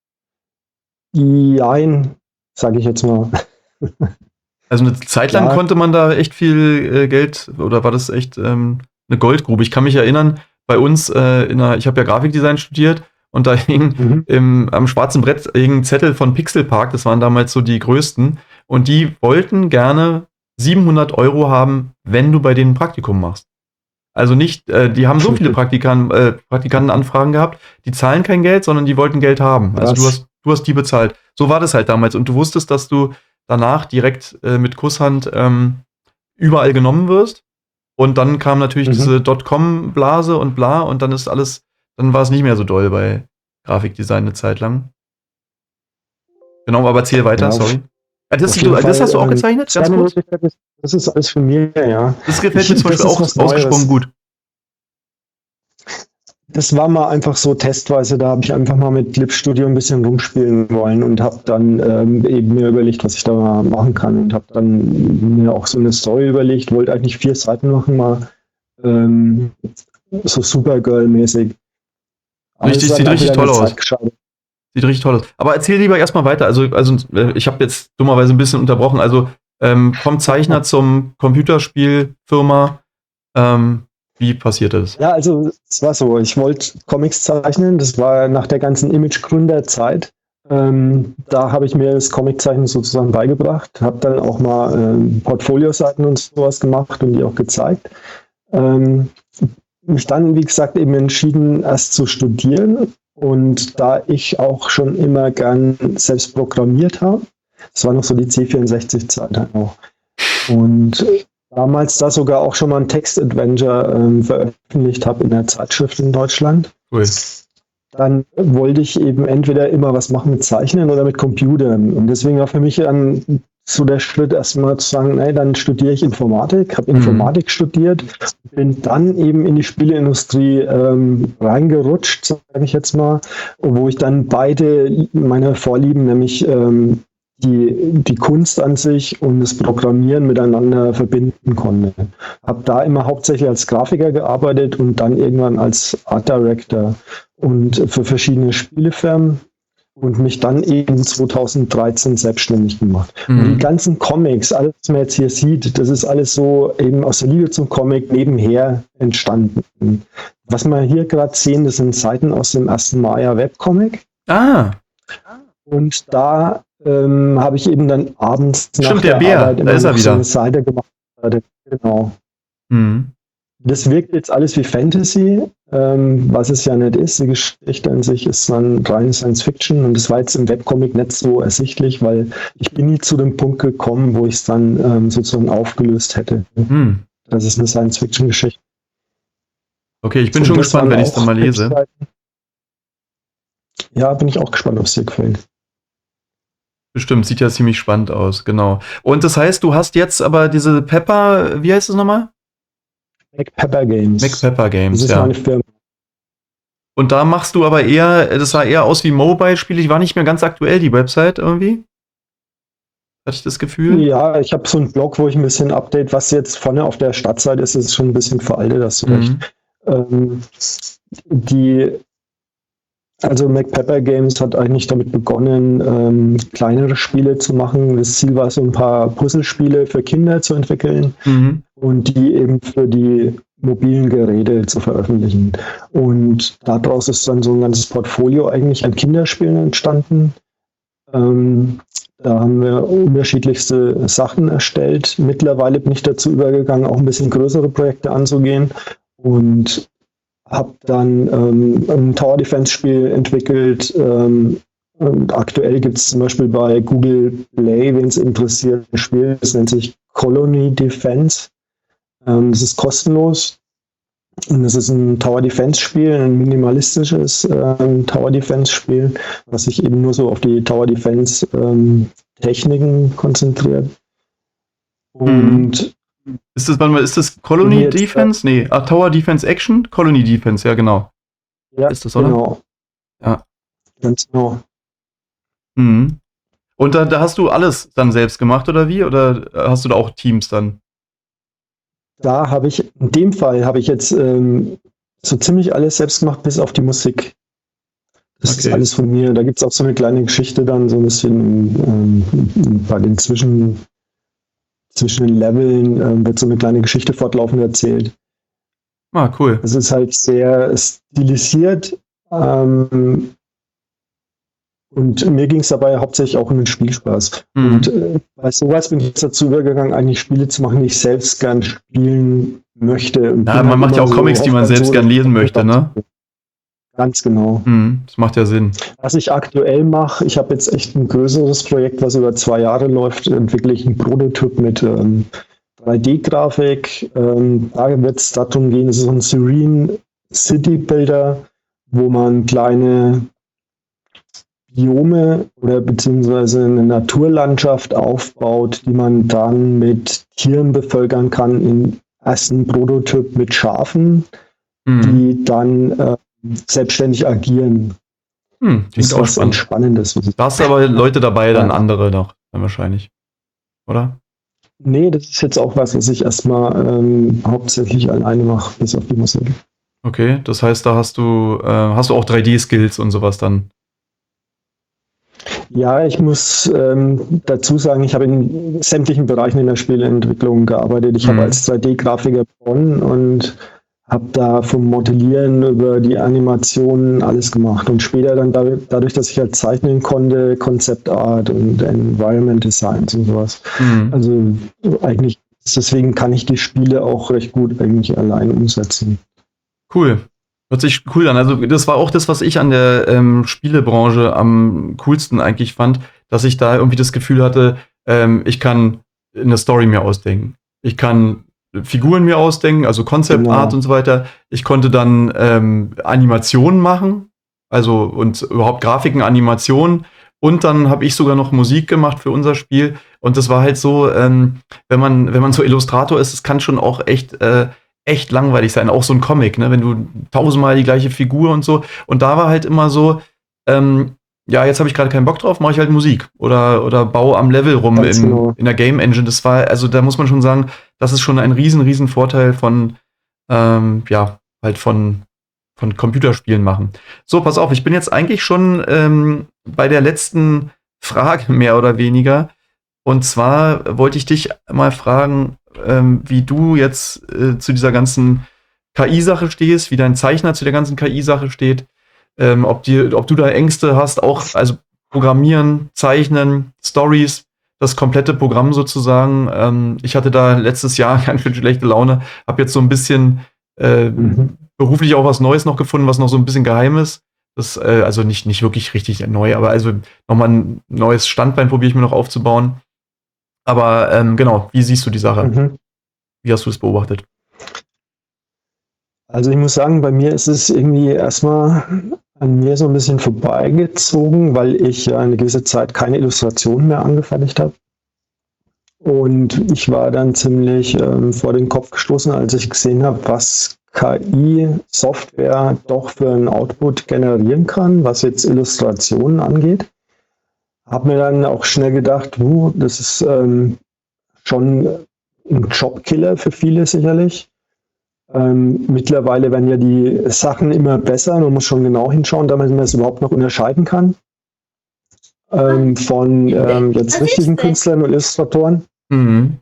Jein, sage ich jetzt mal. Also eine Zeit lang ja. konnte man da echt viel äh, Geld, oder war das echt ähm, eine Goldgrube? Ich kann mich erinnern, bei uns, äh, in einer, ich habe ja Grafikdesign studiert und da hing mhm. im, am schwarzen Brett hing ein Zettel von Pixelpark, das waren damals so die größten. Und die wollten gerne siebenhundert Euro haben, wenn du bei denen ein Praktikum machst. Also nicht, äh, die haben so viele Praktikan, äh, Praktikantenanfragen gehabt, die zahlen kein Geld, sondern die wollten Geld haben. Also du hast, du hast die bezahlt. So war das halt damals. Und du wusstest, dass du danach direkt äh, mit Kusshand ähm, überall genommen wirst. Und dann kam natürlich mhm. diese Dotcom-Blase und bla und dann ist alles, dann war es nicht mehr so doll bei Grafikdesign eine Zeit lang. Genau, aber erzähl weiter, ja, sorry. Das, du, das hast du auch gezeichnet? Ganz kurz? Das ist alles von mir, ja. Das gefällt mir zum Beispiel auch ausgesprochen gut. Das war mal einfach so testweise, da habe ich einfach mal mit Clip Studio ein bisschen rumspielen wollen und habe dann ähm, eben mir überlegt, was ich da mal machen kann und habe dann mir auch so eine Story überlegt, wollte eigentlich vier Seiten machen, mal ähm, so Supergirl-mäßig. Richtig, sieht richtig toll aus. Sieht richtig toll aus. Aber erzähl lieber erstmal weiter. Also, also ich habe jetzt dummerweise ein bisschen unterbrochen. Also ähm, vom Zeichner zum Computerspielfirma. Ähm, wie passiert das? Ja, also es war so. Ich wollte Comics zeichnen. Das war nach der ganzen Image-Gründer-Zeit. Ähm, da habe ich mir das Comiczeichnen sozusagen beigebracht. Habe dann auch mal ähm, Portfolioseiten und sowas gemacht und die auch gezeigt. Ähm, mich dann, wie gesagt, eben entschieden, erst zu studieren. Und da ich auch schon immer gern selbst programmiert habe, das war noch so die C vierundsechzig-Zeit halt auch. Und damals da sogar auch schon mal ein Text-Adventure ähm, veröffentlicht habe in der Zeitschrift in Deutschland. Cool. Dann wollte ich eben entweder immer was machen mit Zeichnen oder mit Computern. Und deswegen war für mich dann so der Schritt erstmal zu sagen, ey, dann studiere ich Informatik, habe Informatik mhm. studiert, bin dann eben in die Spieleindustrie ähm, reingerutscht, sage ich jetzt mal, wo ich dann beide meine Vorlieben, nämlich ähm, die, die Kunst an sich und das Programmieren miteinander verbinden konnte. Habe da immer hauptsächlich als Grafiker gearbeitet und dann irgendwann als Art Director und für verschiedene Spielefirmen. Und mich dann eben zweitausenddreizehn selbstständig gemacht. Mhm. Und die ganzen Comics, alles, was man jetzt hier sieht, das ist alles so eben aus der Liebe zum Comic nebenher entstanden. Was wir hier gerade sehen, das sind Seiten aus dem ersten Maya Webcomic. Ah. Und da ähm, habe ich eben dann abends nach Stimmt, der der Bär, Arbeit da immer ist er noch so wieder. eine Seite gemacht. Genau. Mhm. Das wirkt jetzt alles wie Fantasy, ähm, was es ja nicht ist. Die Geschichte an sich ist dann rein Science Fiction und das war jetzt im Webcomic nicht so ersichtlich, weil ich bin nie zu dem Punkt gekommen, wo ich es dann ähm, sozusagen aufgelöst hätte. Mhm. Das ist eine Science Fiction Geschichte. Okay, ich bin Und schon das gespannt, waren wenn ich es dann auch mal lese. Webseiten. Ja, bin ich auch gespannt, ob es dir gefällt. Bestimmt, sieht ja ziemlich spannend aus, genau. Und das heißt, du hast jetzt aber diese Pepper, wie heißt es nochmal? MacPepper Games. MacPepper Das Games, ist ja. meine Firma. Und da machst du aber eher, das sah eher aus wie Mobile-Spiele, die war nicht mehr ganz aktuell, die Website irgendwie. Hatte ich das Gefühl? Ja, ich habe so einen Blog, wo ich ein bisschen update, was jetzt vorne auf der Startseite ist, ist schon ein bisschen veraltet, hast du recht. Mhm. Ähm, die, also MacPepper Games hat eigentlich damit begonnen, ähm, kleinere Spiele zu machen. Das Ziel war, so ein paar Puzzlespiele für Kinder zu entwickeln Mhm. und die eben für die mobilen Geräte zu veröffentlichen. Und daraus ist dann so ein ganzes Portfolio eigentlich an Kinderspielen entstanden. Ähm, da haben wir unterschiedlichste Sachen erstellt. Mittlerweile bin ich dazu übergegangen, auch ein bisschen größere Projekte anzugehen und habe dann ähm, ein Tower Defense Spiel entwickelt. Ähm, und aktuell gibt es zum Beispiel bei Google Play, wen es interessiert, ein Spiel, das nennt sich Colony Defense. Ähm, das ist kostenlos. Und das ist ein Tower Defense Spiel, ein minimalistisches ähm, Tower Defense Spiel, was sich eben nur so auf die Tower Defense ähm, Techniken konzentriert. Und Ist das, warte mal, ist das Colony jetzt, Defense? Nee, ah, Tower Defense Action? Colony Defense, ja genau. ja, Ist das, oder? genau. Ja. Ganz genau. Mhm. Und da, da hast du alles dann selbst gemacht, oder wie? Oder hast du da auch Teams dann? Da habe ich, in dem Fall habe ich jetzt ähm, so ziemlich alles selbst gemacht, bis auf die Musik. Das Okay. ist alles von mir. Da gibt es auch so eine kleine Geschichte dann, so ein bisschen ähm, bei den Zwischen, zwischen den Leveln ähm, wird so eine kleine Geschichte fortlaufend erzählt. Ah, cool. Es ist halt sehr stilisiert ähm, und mir ging es dabei hauptsächlich auch um den Spielspaß. Mhm. Und äh, bei sowas bin ich jetzt dazu übergegangen, eigentlich Spiele zu machen, die ich selbst gern spielen möchte. Und Ja, bin man halt macht ja immer auch so Comics, die man oft selbst so, gern lesen möchte, ne? Ganz genau. Mhm. Das macht ja Sinn. Was ich aktuell mache, ich habe jetzt echt ein größeres Projekt, was über zwei Jahre läuft, entwickle ich einen Prototyp mit ähm, drei D-Grafik. Ähm, da wird es darum gehen, es ist so ein Serene City Builder, wo man kleine Biome oder beziehungsweise eine Naturlandschaft aufbaut, die man dann mit Tieren bevölkern kann. Im ersten Prototyp mit Schafen, Mhm. die dann äh, selbstständig agieren. Hm, Das klingt ist auch was spannend. Entspannendes. Da hast du aber Leute dabei, dann Ja. andere noch, dann wahrscheinlich. Oder? Nee, das ist jetzt auch was, was ich erstmal ähm, hauptsächlich alleine mache, bis auf die Musik. Okay, das heißt, da hast du, äh, hast du auch drei D-Skills und sowas dann. Ja, ich muss ähm, dazu sagen, ich habe in sämtlichen Bereichen in der Spieleentwicklung gearbeitet. Ich Mhm. habe als drei D-Grafiker begonnen und habe da vom Modellieren über die Animationen alles gemacht. Und später dann da, dadurch, dass ich halt zeichnen konnte, Konzeptart und Environment Designs und sowas. Mhm. Also eigentlich, deswegen kann ich die Spiele auch recht gut eigentlich allein umsetzen. Cool. Hört sich cool an. Also das war auch das, was ich an der ähm, Spielebranche am coolsten eigentlich fand, dass ich da irgendwie das Gefühl hatte, ähm, ich kann eine Story mir ausdenken. Ich kann Figuren mir ausdenken, also Concept Genau. Art und so weiter. Ich konnte dann ähm, Animationen machen, also und überhaupt Grafiken, Animationen. Und dann habe ich sogar noch Musik gemacht für unser Spiel. Und das war halt so, ähm, wenn man wenn man so Illustrator ist, es kann schon auch echt äh, echt langweilig sein, auch so ein Comic, ne, wenn du tausendmal die gleiche Figur und so. Und da war halt immer so, ähm, ja, jetzt habe ich gerade keinen Bock drauf, mache ich halt Musik oder oder baue am Level rum Ganz in, genau. in der Game Engine. Das war, also da muss man schon sagen, das ist schon ein riesen, riesen Vorteil von, ähm, ja, halt von von Computerspielen machen. So, pass auf, ich bin jetzt eigentlich schon ähm, bei der letzten Frage mehr oder weniger. Und zwar wollte ich dich mal fragen, ähm, wie du jetzt äh, zu dieser ganzen K I-Sache stehst, wie dein Zeichner zu der ganzen K I-Sache steht, ähm, ob, dir, ob du da Ängste hast, auch, also Programmieren, Zeichnen, Stories, das komplette Programm sozusagen. Ähm, ich hatte da letztes Jahr ganz schön schlechte Laune, habe jetzt so ein bisschen äh, mhm. beruflich auch was Neues noch gefunden, was noch so ein bisschen geheim ist. Das, äh, also nicht, nicht wirklich richtig neu, aber also nochmal ein neues Standbein probiere ich mir noch aufzubauen. Aber ähm, genau, wie siehst du die Sache? Mhm. Wie hast du es beobachtet? Also ich muss sagen, bei mir ist es irgendwie erstmal an mir so ein bisschen vorbeigezogen, weil ich eine gewisse Zeit keine Illustrationen mehr angefertigt habe. Und ich war dann ziemlich ähm, vor den Kopf gestoßen, als ich gesehen habe, was K I-Software doch für einen Output generieren kann, was jetzt Illustrationen angeht. Habe mir dann auch schnell gedacht, uh, das ist ähm, schon ein Jobkiller für viele sicherlich. Ähm, mittlerweile werden ja die Sachen immer besser. Man muss schon genau hinschauen, damit man es überhaupt noch unterscheiden kann. Ähm, von ähm, jetzt richtigen Künstlern und Illustratoren. Mhm.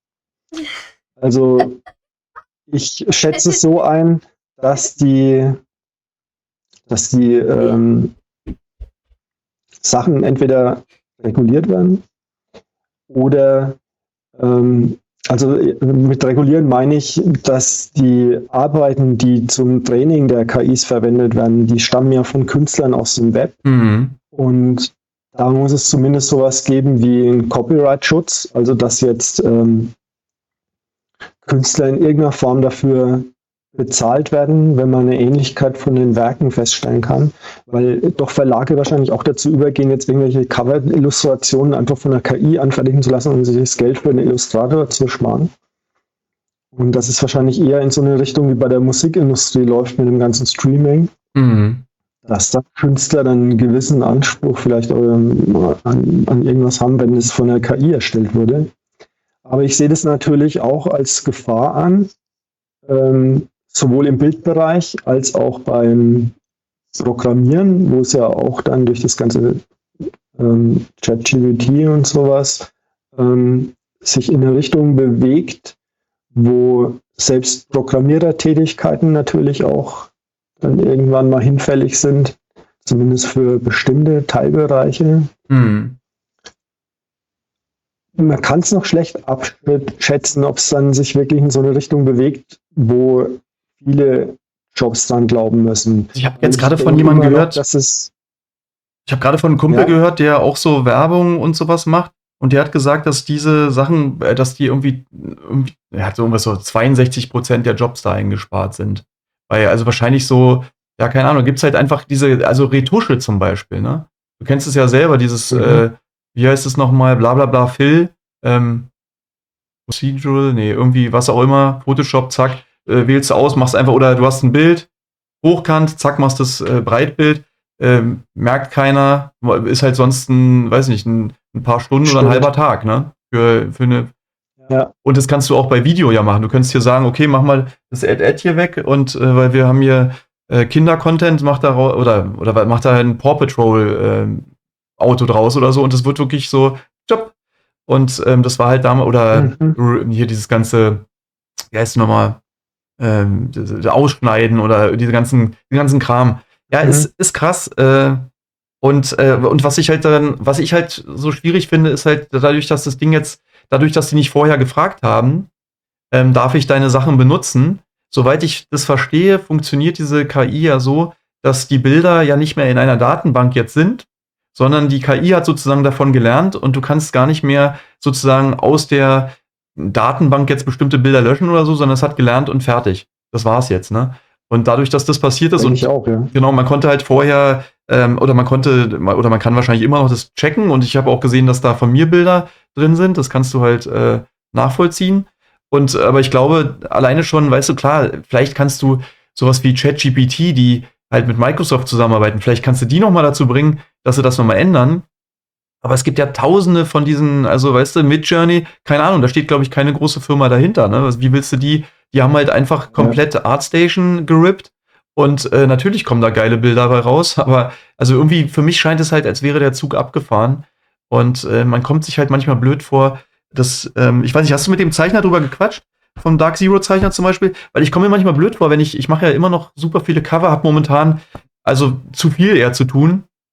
Also ich schätze es so ein, dass die, dass die ähm, Sachen entweder reguliert werden oder ähm, also mit regulieren meine ich, dass die Arbeiten, die zum Training der K Is verwendet werden, die stammen ja von Künstlern aus dem Web. Mhm. Und da muss es zumindest sowas geben wie einen Copyright-Schutz, also dass jetzt ähm, Künstler in irgendeiner Form dafür bezahlt werden, wenn man eine Ähnlichkeit von den Werken feststellen kann, weil doch Verlage wahrscheinlich auch dazu übergehen, jetzt irgendwelche Cover-Illustrationen einfach von der K I anfertigen zu lassen, um sich das Geld für einen Illustrator zu sparen. Und das ist wahrscheinlich eher in so eine Richtung wie bei der Musikindustrie läuft mit dem ganzen Streaming, mhm. dass da Künstler dann einen gewissen Anspruch vielleicht an, an irgendwas haben, wenn es von der K I erstellt wurde. Aber ich sehe das natürlich auch als Gefahr an, ähm, sowohl im Bildbereich als auch beim Programmieren, wo es ja auch dann durch das ganze ähm, ChatGPT und sowas ähm, sich in eine Richtung bewegt, wo selbst Programmierertätigkeiten natürlich auch dann irgendwann mal hinfällig sind, zumindest für bestimmte Teilbereiche. Mhm. Man kann es noch schlecht abschätzen, ob es dann sich wirklich in so eine Richtung bewegt, wo viele Jobs dran glauben müssen. Ich habe jetzt gerade von jemandem gehört, dass es ich habe gerade von einem Kumpel ja. gehört, der auch so Werbung und sowas macht. Und der hat gesagt, dass diese Sachen, dass die irgendwie, irgendwie er hat so irgendwas so zweiundsechzig Prozent der Jobs da eingespart sind. Weil, also wahrscheinlich so, ja, keine Ahnung, gibt es halt einfach diese, also Retusche zum Beispiel, ne? Du kennst es ja selber, dieses, mhm. äh, wie heißt es nochmal, bla bla bla, Phil, ähm, Procedural, nee, irgendwie, was auch immer, Photoshop, zack, äh, wählst du aus, machst einfach, oder du hast ein Bild, hochkant, zack, machst das äh, Breitbild, ähm, merkt keiner, ist halt sonst ein, weiß nicht, ein, ein paar Stunden Stimmt. oder ein halber Tag, ne? Für, für eine. Ja. Und das kannst du auch bei Video ja machen. Du könntest hier sagen, okay, mach mal das Ad-Ad hier weg und äh, weil wir haben hier äh, Kinder-Content, mach da oder, oder mach da ein Paw Patrol äh, Auto draus oder so und das wird wirklich so, Job. Und ähm, das war halt damals, oder mhm. hier dieses ganze, wie heißt es nochmal, ähm, Ausschneiden oder diese ganzen, den ganzen Kram. Ja, mhm. ist, ist krass. Äh, und, äh, und was ich halt dann, was ich halt so schwierig finde, ist halt dadurch, dass das Ding jetzt, dadurch, dass die nicht vorher gefragt haben, ähm, darf ich deine Sachen benutzen. Soweit ich das verstehe, funktioniert diese K I ja so, dass die Bilder ja nicht mehr in einer Datenbank jetzt sind, sondern die K I hat sozusagen davon gelernt und du kannst gar nicht mehr sozusagen aus der Datenbank jetzt bestimmte Bilder löschen oder so, sondern es hat gelernt und fertig. Das war's jetzt, ne? Und dadurch, dass das passiert ist Denk und auch, ja. genau, man konnte halt vorher ähm, oder man konnte oder man kann wahrscheinlich immer noch das checken und ich habe auch gesehen, dass da von mir Bilder drin sind. Das kannst du halt äh, nachvollziehen. Und aber ich glaube, alleine schon, weißt du, klar, vielleicht kannst du sowas wie ChatGPT, die halt mit Microsoft zusammenarbeiten, vielleicht kannst du die noch mal dazu bringen, dass sie das noch mal ändern. Aber es gibt ja tausende von diesen, also weißt du, Midjourney, keine Ahnung, da steht, glaube ich, keine große Firma dahinter. Ne? Wie willst du die, die haben halt einfach komplett ja. ArtStation gerippt und äh, natürlich kommen da geile Bilder dabei raus, aber also irgendwie, für mich scheint es halt, als wäre der Zug abgefahren und äh, man kommt sich halt manchmal blöd vor, dass, ähm, ich weiß nicht, hast du mit dem Zeichner drüber gequatscht? Vom Dark Zero Zeichner zum Beispiel? Weil ich komme mir manchmal blöd vor, wenn ich, ich mache ja immer noch super viele Cover, habe momentan also zu viel eher zu tun.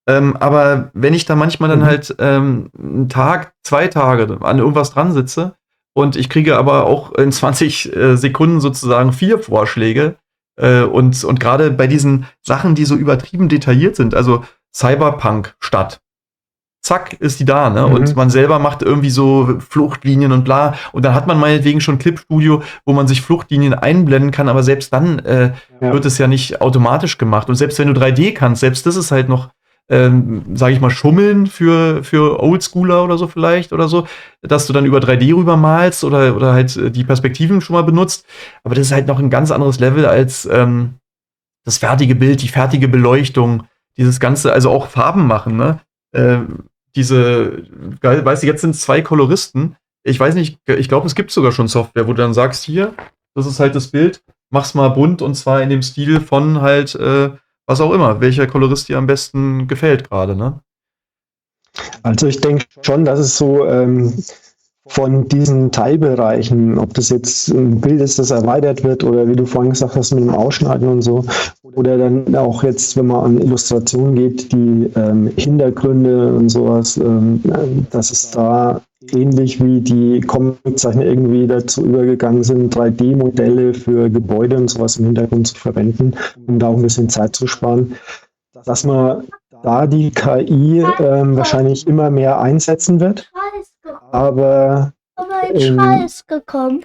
Ähm, aber wenn ich da manchmal dann Mhm. halt ähm, einen Tag, zwei Tage an irgendwas dran sitze und ich kriege aber auch in zwanzig äh, Sekunden sozusagen vier Vorschläge äh, und, und gerade bei diesen Sachen, die so übertrieben detailliert sind, also Cyberpunk-Stadt, zack, ist die da, ne? Und Mhm. man selber macht irgendwie so Fluchtlinien und bla. Und dann hat man meinetwegen schon Clipstudio, wo man sich Fluchtlinien einblenden kann, aber selbst dann äh, Ja. wird es ja nicht automatisch gemacht. Und selbst wenn du drei D kannst, selbst das ist halt noch, ähm, sage ich mal, Schummeln für, für Oldschooler oder so vielleicht oder so, dass du dann über drei D rübermalst oder, oder halt äh, die Perspektiven schon mal benutzt. Aber das ist halt noch ein ganz anderes Level als ähm, das fertige Bild, die fertige Beleuchtung, dieses Ganze, also auch Farben machen, ne? Ähm, diese, geil, weißt du, jetzt sind es zwei Koloristen. Ich weiß nicht, ich glaube, es gibt sogar schon Software, wo du dann sagst, hier, das ist halt das Bild, mach's mal bunt und zwar in dem Stil von halt, äh, was auch immer, welcher Kolorist dir am besten gefällt gerade, ne? Also ich denke schon, dass es so ähm, von diesen Teilbereichen, ob das jetzt ein Bild ist, das erweitert wird oder wie du vorhin gesagt hast mit dem Ausschneiden und so, oder dann auch jetzt, wenn man an Illustrationen geht, die ähm, Hintergründe und sowas, ähm, dass es da ähnlich wie die Comiczeichner irgendwie dazu übergegangen sind, drei D-Modelle für Gebäude und sowas im Hintergrund zu verwenden, um da auch ein bisschen Zeit zu sparen, dass man da die K I ähm, wahrscheinlich immer mehr einsetzen wird. Aber Aber ein ähm, Schrei ist gekommen.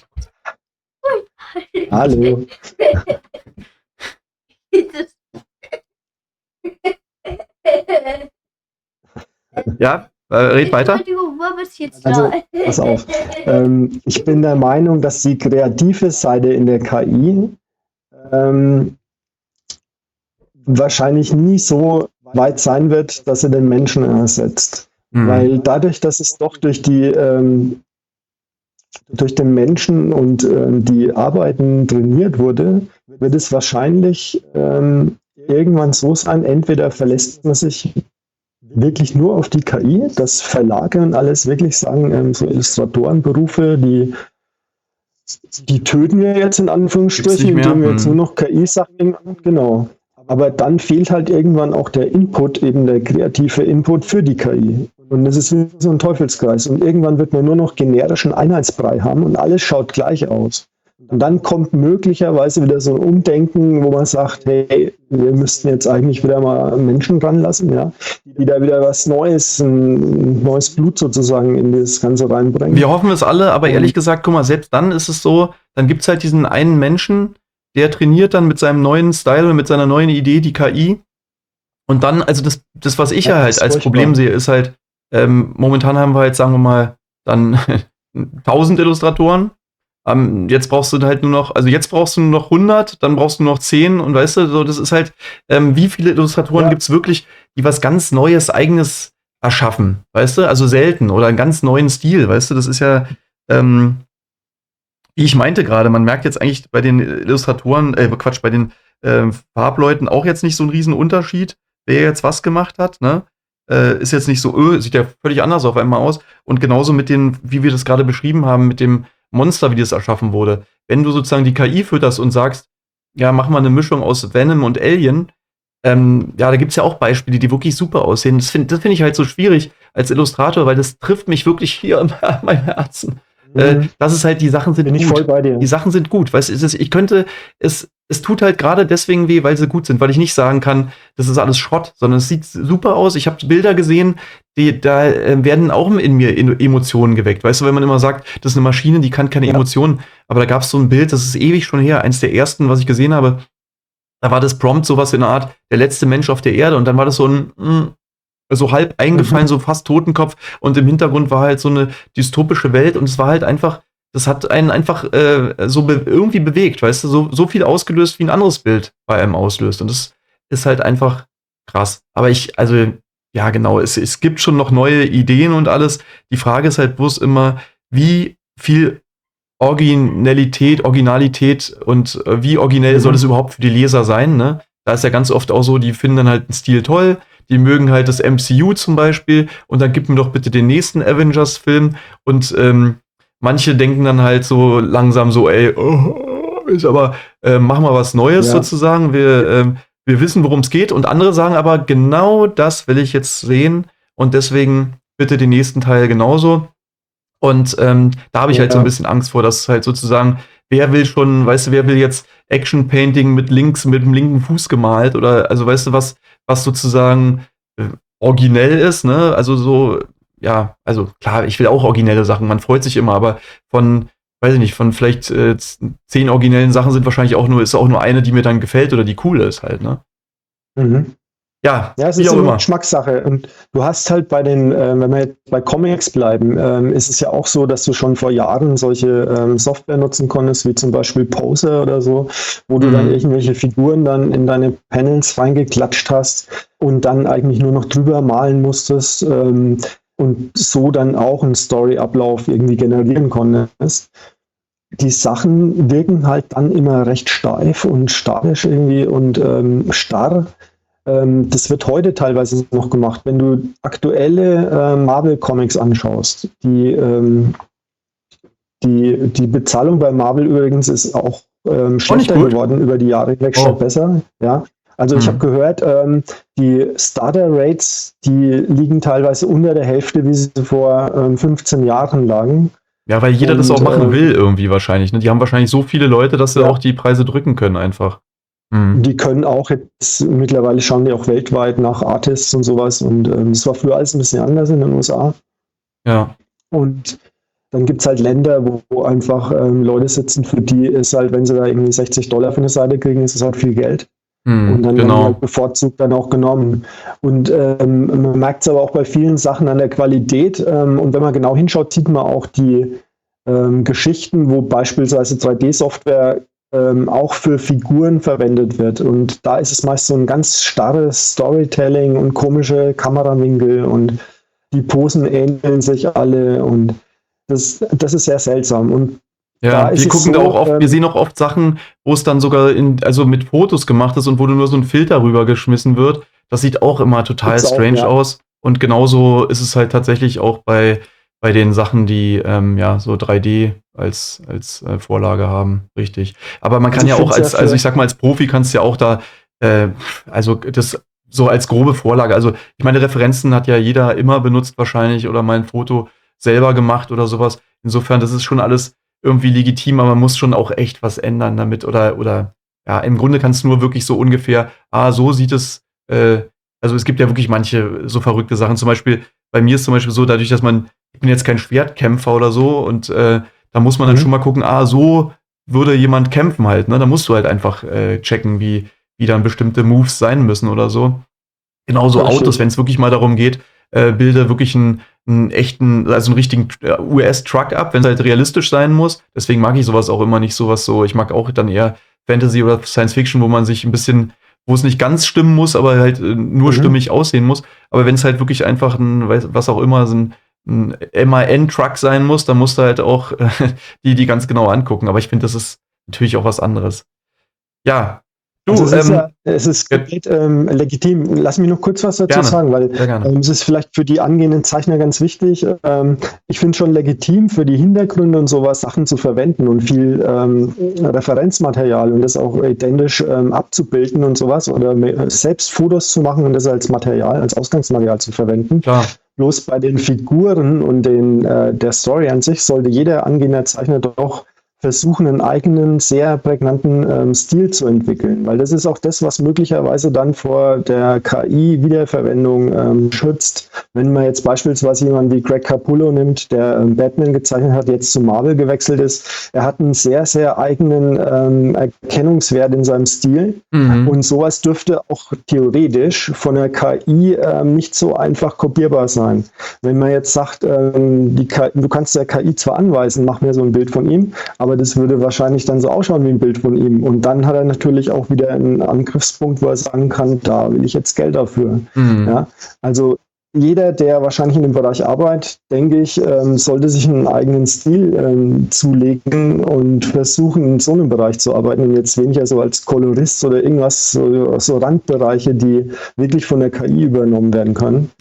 hallo. Ja, äh, red weiter. Entschuldigung, wo bist du jetzt Also, da? pass auf. Ähm, ich bin der Meinung, dass die kreative Seite in der K I ähm, wahrscheinlich nie so weit sein wird, dass sie den Menschen ersetzt. Mhm. Weil dadurch, dass es doch durch die ähm, durch den Menschen und ähm, die Arbeiten trainiert wurde, wird es wahrscheinlich ähm, irgendwann so sein, entweder verlässt man sich wirklich nur auf die K I, dass Verlage und alles wirklich sagen, ähm, so Illustratorenberufe, die, die töten wir jetzt in Gibt's Anführungsstrichen, nicht mehr? indem wir jetzt Hm. nur noch K I-Sachen, genau. Aber dann fehlt halt irgendwann auch der Input, eben der kreative Input für die K I. Und das ist wie so ein Teufelskreis. Und irgendwann wird man nur noch generischen Einheitsbrei haben und alles schaut gleich aus. Und dann kommt möglicherweise wieder so ein Umdenken, wo man sagt, hey, wir müssten jetzt eigentlich wieder mal Menschen ranlassen, ja, die da wieder was Neues, ein neues Blut sozusagen in das Ganze reinbringen. Wir hoffen es alle, aber Und- ehrlich gesagt, guck mal, selbst dann ist es so, dann gibt es halt diesen einen Menschen, der trainiert dann mit seinem neuen Style und mit seiner neuen Idee die K I. Und dann, also das, das was ich ja, Ja, halt das ist als furchtbar. Problem sehe, ist halt, ähm, momentan haben wir halt, sagen wir mal, dann tausend Illustratoren. Ähm, jetzt brauchst du halt nur noch, also jetzt brauchst du nur noch hundert, dann brauchst du nur noch zehn und weißt du, so das ist halt, ähm, wie viele Illustratoren Ja. gibt's wirklich, die was ganz Neues, Eigenes erschaffen, weißt du, also selten oder einen ganz neuen Stil, weißt du, das ist ja, ähm, wie ich meinte gerade, man merkt jetzt eigentlich bei den Illustratoren, äh, Quatsch, bei den ähm, Farbleuten auch jetzt nicht so einen riesen Unterschied, wer jetzt was gemacht hat, ne? Äh, ist jetzt nicht so, öh, sieht ja völlig anders auf einmal aus. Und genauso mit den, wie wir das gerade beschrieben haben, mit dem Monster, wie das erschaffen wurde. Wenn du sozusagen die K I fütterst und sagst, ja, mach mal eine Mischung aus Venom und Alien, ähm, ja, da gibt's ja auch Beispiele, die wirklich super aussehen. Das finde das find ich halt so schwierig als Illustrator, weil das trifft mich wirklich hier an meinem Herzen. Äh, Mhm. das ist halt, die Sachen sind Bin ich gut. voll bei dir. Die Sachen sind gut. Weißt du, es ist, ich könnte, es, es tut halt gerade deswegen weh, weil sie gut sind, weil ich nicht sagen kann, das ist alles Schrott, sondern es sieht super aus. Ich habe Bilder gesehen, die, da äh, werden auch in mir in- Emotionen geweckt. Weißt du, wenn man immer sagt, das ist eine Maschine, die kann keine Ja. Emotionen. Aber da gab es so ein Bild, das ist ewig schon her, eins der ersten, was ich gesehen habe. Da war das Prompt sowas in der Art, der letzte Mensch auf der Erde. Und dann war das so ein, mm, so halb eingefallen, Mhm. so fast Totenkopf. Und im Hintergrund war halt so eine dystopische Welt. Und es war halt einfach, das hat einen einfach äh, so be irgendwie bewegt, weißt du, so, so viel ausgelöst, wie ein anderes Bild bei einem auslöst. Und das ist halt einfach krass. Aber ich, also, ja, genau, es, es gibt schon noch neue Ideen und alles. Die Frage ist halt bloß immer, wie viel Originalität, Originalität und äh, wie originell Mhm. soll es überhaupt für die Leser sein, ne? Da ist ja ganz oft auch so, die finden dann halt einen Stil toll, die mögen halt das M C U zum Beispiel und dann gib mir doch bitte den nächsten Avengers-Film und ähm, manche denken dann halt so langsam so, ey, oh, ist aber, äh, mach mal was Neues Ja. sozusagen, wir, ähm, wir wissen, worum es geht. Und andere sagen aber, genau das will ich jetzt sehen. Und deswegen bitte den nächsten Teil genauso. Und ähm, da habe ich Ja. halt so ein bisschen Angst vor, dass halt sozusagen, wer will schon, weißt du, wer will jetzt Action-Painting mit links, mit dem linken Fuß gemalt oder, also weißt du, was, was sozusagen äh, originell ist, ne? Also so, ja, also klar, ich will auch originelle Sachen, man freut sich immer, aber von, weiß ich nicht, von vielleicht äh, z- zehn originellen Sachen sind wahrscheinlich auch nur, ist auch nur eine, die mir dann gefällt oder die cool ist halt, ne? Mhm. Ja, Ja, es wie ist auch immer immer. Geschmackssache. Und du hast halt bei den, ähm, wenn wir jetzt bei Comics bleiben, ähm, ist es ja auch so, dass du schon vor Jahren solche ähm, Software nutzen konntest, wie zum Beispiel Poser oder so, wo du dann Mhm. irgendwelche Figuren dann in deine Panels reingeklatscht hast und dann eigentlich nur noch drüber malen musstest ähm, und so dann auch einen Story-Ablauf irgendwie generieren konntest. Die Sachen wirken halt dann immer recht steif und statisch irgendwie und ähm, starr. Ähm, das wird heute teilweise noch gemacht. Wenn du aktuelle äh, Marvel-Comics anschaust, die, ähm, die, die Bezahlung bei Marvel übrigens ist auch ähm, schlechter gut. geworden über die Jahre hinweg, Oh. statt besser. Ja. Also ich Mhm. habe gehört, ähm, die Starter-Rates, die liegen teilweise unter der Hälfte, wie sie vor ähm, fünfzehn Jahren lagen. Ja, weil jeder das Und, auch machen ähm, will irgendwie wahrscheinlich, ne? Die haben wahrscheinlich so viele Leute, dass sie Ja. auch die Preise drücken können einfach. Mhm. Die können auch jetzt, mittlerweile schauen die auch weltweit nach Artists und sowas. Und ähm, das war früher alles ein bisschen anders in den U S A. Ja. Und dann gibt es halt Länder, wo, wo einfach ähm, Leute sitzen, für die ist halt, wenn sie da irgendwie sechzig Dollar für eine Seite kriegen, ist es halt viel Geld. Mhm. Und dann werden die Genau. halt bevorzugt dann auch genommen. Und ähm, man merkt es aber auch bei vielen Sachen an der Qualität. Ähm, und wenn man genau hinschaut, sieht man auch die ähm, Geschichten, wo beispielsweise drei D-Software ähm, auch für Figuren verwendet wird. Und da ist es meist so ein ganz starres Storytelling und komische Kamerawinkel und die Posen ähneln sich alle und das, das ist sehr seltsam. Und da Ja, ist wir es gucken so, da auch oft, wir ähm, sehen auch oft Sachen, wo es dann sogar in, also mit Fotos gemacht ist und wo nur so ein Filter rübergeschmissen wird. Das sieht auch immer total Gibt's auch, strange ja. aus. Und genauso ist es halt tatsächlich auch bei, bei den Sachen, die ähm, ja so drei D als, als äh, Vorlage haben. Richtig. Aber man Also kann ich ja auch find's ja als, also für- ich sag mal, als Profi kannst du ja auch da, äh, also das so als grobe Vorlage. Also ich meine, Referenzen hat ja jeder immer benutzt wahrscheinlich oder mal ein Foto selber gemacht oder sowas. Insofern, das ist schon alles irgendwie legitim, aber man muss schon auch echt was ändern damit oder, oder ja, im Grunde kannst du nur wirklich so ungefähr, ah, so sieht es, äh, also es gibt ja wirklich manche so verrückte Sachen. Zum Beispiel, bei mir ist zum Beispiel so, dadurch, dass man, ich bin jetzt kein Schwertkämpfer oder so und äh, da muss man dann Mhm. schon mal gucken, ah, so würde jemand kämpfen halt, ne? Da musst du halt einfach äh, checken, wie, wie dann bestimmte Moves sein müssen oder so. Genauso Richtig. Autos, wenn es wirklich mal darum geht, äh, bilde wirklich einen, einen echten, also einen richtigen äh, U S-Truck ab, wenn es halt realistisch sein muss. Deswegen mag ich sowas auch immer nicht, sowas so. Ich mag auch dann eher Fantasy oder Science Fiction, wo man sich ein bisschen, wo es nicht ganz stimmen muss, aber halt äh, nur Mhm. stimmig aussehen muss. Aber wenn es halt wirklich einfach ein, weiß- was auch immer, so ein, ein M A N-Truck sein muss, dann musst du halt auch äh, die, die ganz genau angucken. Aber ich finde, das ist natürlich auch was anderes. Ja, du, Also es ist ähm, ja, es ist ja. komplett ähm, legitim. Lass mich noch kurz was dazu Gerne. sagen, weil sehr gerne. ähm, es ist vielleicht für die angehenden Zeichner ganz wichtig. Ähm, ich finde schon legitim, für die Hintergründe und sowas Sachen zu verwenden und viel ähm, Referenzmaterial und das auch identisch ähm, abzubilden und sowas oder me- selbst Fotos zu machen und das als Material, als Ausgangsmaterial zu verwenden. Klar. Bloß bei den Figuren und den, äh, der Story an sich sollte jeder angehende Zeichner doch versuchen, einen eigenen, sehr prägnanten ähm, Stil zu entwickeln. Weil das ist auch das, was möglicherweise dann vor der K I-Wiederverwendung ähm, schützt. Wenn man jetzt beispielsweise jemanden wie Greg Capullo nimmt, der ähm, Batman gezeichnet hat, jetzt zu Marvel gewechselt ist, er hat einen sehr, sehr eigenen ähm, Erkennungswert in seinem Stil. Mhm. Und sowas dürfte auch theoretisch von der K I ähm, nicht so einfach kopierbar sein. Wenn man jetzt sagt, ähm, die K I, du kannst der K I zwar anweisen, mach mir so ein Bild von ihm, aber das würde wahrscheinlich dann so ausschauen wie ein Bild von ihm. Und dann hat er natürlich auch wieder einen Angriffspunkt, wo er sagen kann, da will ich jetzt Geld dafür. Mhm. Ja? Also jeder, der wahrscheinlich in dem Bereich arbeitet, denke ich, ähm, sollte sich einen eigenen Stil ähm, zulegen und versuchen, in so einem Bereich zu arbeiten und jetzt weniger so als Kolorist oder irgendwas, so, so Randbereiche, die wirklich von der K I übernommen werden können. Ja.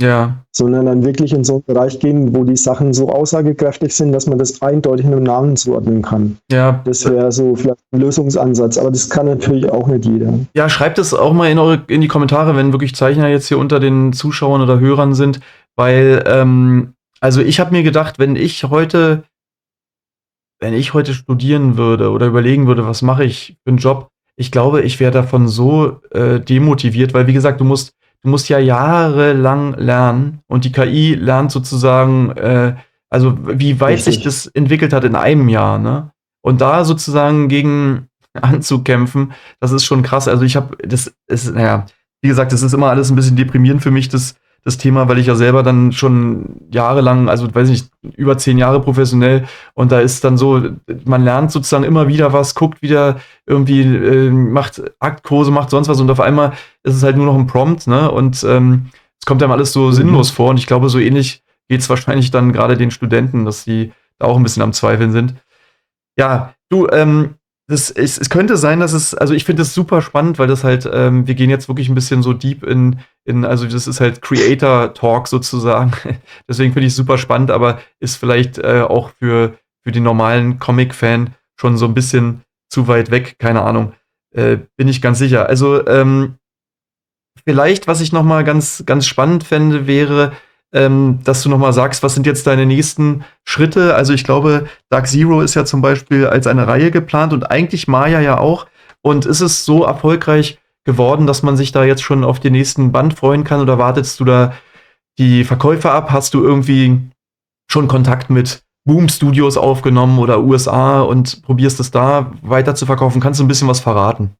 sondern dann wirklich in so einen Bereich gehen, wo die Sachen so aussagekräftig sind, dass man das eindeutig in einem Namen zuordnen kann. Ja, Das wäre so vielleicht ein Lösungsansatz, aber das kann natürlich auch nicht jeder. ja, schreibt es auch mal in, eure, in die Kommentare, wenn wirklich Zeichner jetzt hier unter den Zuschauern oder Hörern sind, weil, ähm, also ich habe mir gedacht, wenn ich heute, wenn ich heute studieren würde oder überlegen würde, was mache ich für einen Job, ich glaube, ich wäre davon so äh, demotiviert, weil wie gesagt, du musst Du musst ja jahrelang lernen und die K I lernt sozusagen, äh, also wie weit Richtig. sich das entwickelt hat in einem Jahr, ne? Und da sozusagen gegen anzukämpfen, das ist schon krass. Also ich habe, das ist, naja, wie gesagt, das ist immer alles ein bisschen deprimierend für mich, das, das Thema, weil ich ja selber dann schon jahrelang, also weiß nicht, über zehn Jahre professionell und da ist dann so, man lernt sozusagen immer wieder was, guckt wieder irgendwie, äh, macht Aktkurse, macht sonst was und auf einmal ist es halt nur noch ein Prompt, ne? Und ähm, es kommt einem alles so Mhm. sinnlos vor und ich glaube, so ähnlich geht es wahrscheinlich dann gerade den Studenten, dass die da auch ein bisschen am Zweifeln sind. Ja, du, ähm, das, es, es könnte sein, dass es, also ich finde das super spannend, weil das halt, ähm, wir gehen jetzt wirklich ein bisschen so deep in, in also das ist halt Creator-Talk sozusagen. Deswegen finde ich es super spannend, aber ist vielleicht äh, auch für, für den normalen Comic-Fan schon so ein bisschen zu weit weg, keine Ahnung. Äh, bin ich ganz sicher. Also, ähm, vielleicht, was ich noch mal ganz, ganz spannend fände, wäre, ähm, dass du noch mal sagst, was sind jetzt deine nächsten Schritte? Also ich glaube, Dark Zero ist ja zum Beispiel als eine Reihe geplant und eigentlich Maya ja auch. Und ist es so erfolgreich geworden, dass man sich da jetzt schon auf den nächsten Band freuen kann? Oder wartest du da die Verkäufe ab? Hast du irgendwie schon Kontakt mit Boom Studios aufgenommen oder U S A und probierst es da weiter zu verkaufen? Kannst du ein bisschen was verraten?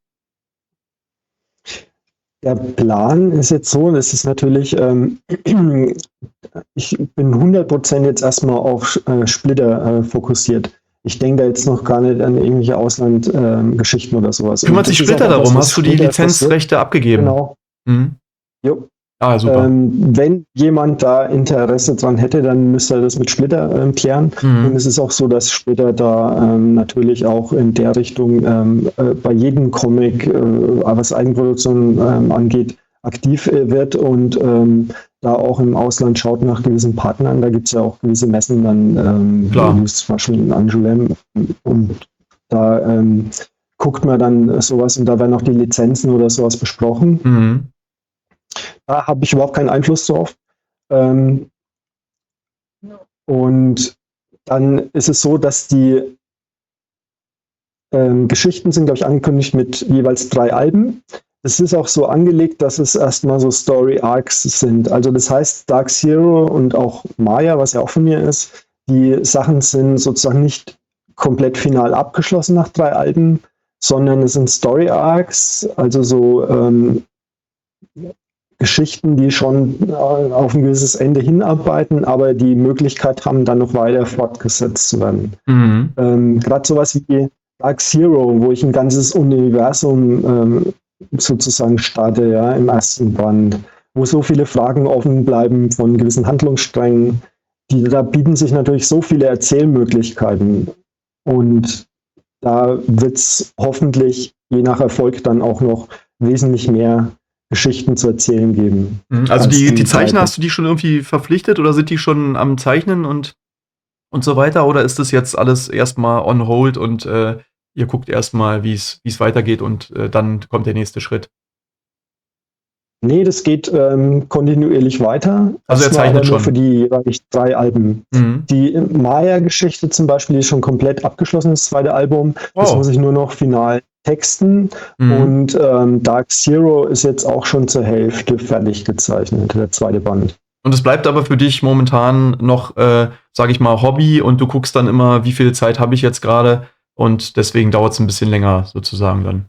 Der Plan ist jetzt so, das ist natürlich, ähm, ich bin hundert Prozent jetzt erstmal auf äh, Splitter äh, fokussiert. Ich denke da jetzt noch gar nicht an irgendwelche Auslandgeschichten ähm, oder sowas. Kümmert sich Splitter darum? Hast du die Lizenzrechte abgegeben? Genau. Mhm. Jo. Ah, super. Ähm, wenn jemand da Interesse dran hätte, dann müsste er das mit Splitter ähm, klären. Mhm. Und es ist auch so, dass Splitter da ähm, natürlich auch in der Richtung ähm, äh, bei jedem Comic, äh, was Eigenproduktion ähm, angeht, aktiv äh, wird und ähm, da auch im Ausland schaut nach gewissen Partnern. Da gibt es ja auch gewisse Messen, dann ähm, Klar. wie zum Beispiel in Angoulême. Und da ähm, guckt man dann sowas und da werden auch die Lizenzen oder sowas besprochen. Mhm. Da habe ich überhaupt keinen Einfluss drauf. Ähm, und dann ist es so, dass die ähm, Geschichten sind, glaube ich, angekündigt mit jeweils drei Alben. Es ist auch so angelegt, dass es erstmal so Story Arcs sind. Also das heißt, Dark Zero und auch Maya, was ja auch von mir ist, die Sachen sind sozusagen nicht komplett final abgeschlossen nach drei Alben, sondern es sind Story Arcs, also so ähm, Geschichten, die schon äh, auf ein gewisses Ende hinarbeiten, aber die Möglichkeit haben, dann noch weiter fortgesetzt zu werden. Mhm. Ähm, Gerade sowas wie Dark Zero, wo ich ein ganzes Universum ähm, sozusagen starte, ja, im ersten Band, wo so viele Fragen offen bleiben von gewissen Handlungssträngen, die, da bieten sich natürlich so viele Erzählmöglichkeiten und da wird es hoffentlich je nach Erfolg dann auch noch wesentlich mehr Geschichten zu erzählen geben. Also die, die Zeichner, hast du die schon irgendwie verpflichtet oder sind die schon am Zeichnen und, und so weiter? Oder ist das jetzt alles erstmal on hold und äh, ihr guckt erstmal, wie es weitergeht und äh, dann kommt der nächste Schritt? Nee, das geht ähm, kontinuierlich weiter. Also er zeichnet schon. Nur für die jeweils drei Alben. Mhm. Die Maya-Geschichte zum Beispiel, die ist schon komplett abgeschlossen, das zweite Album. Oh. Das muss ich nur noch final texten. Mhm. Und ähm, Dark Zero ist jetzt auch schon zur Hälfte fertig gezeichnet, der zweite Band. Und es bleibt aber für dich momentan noch, äh, sage ich mal, Hobby und du guckst dann immer, wie viel Zeit habe ich jetzt gerade und deswegen dauert es ein bisschen länger sozusagen dann.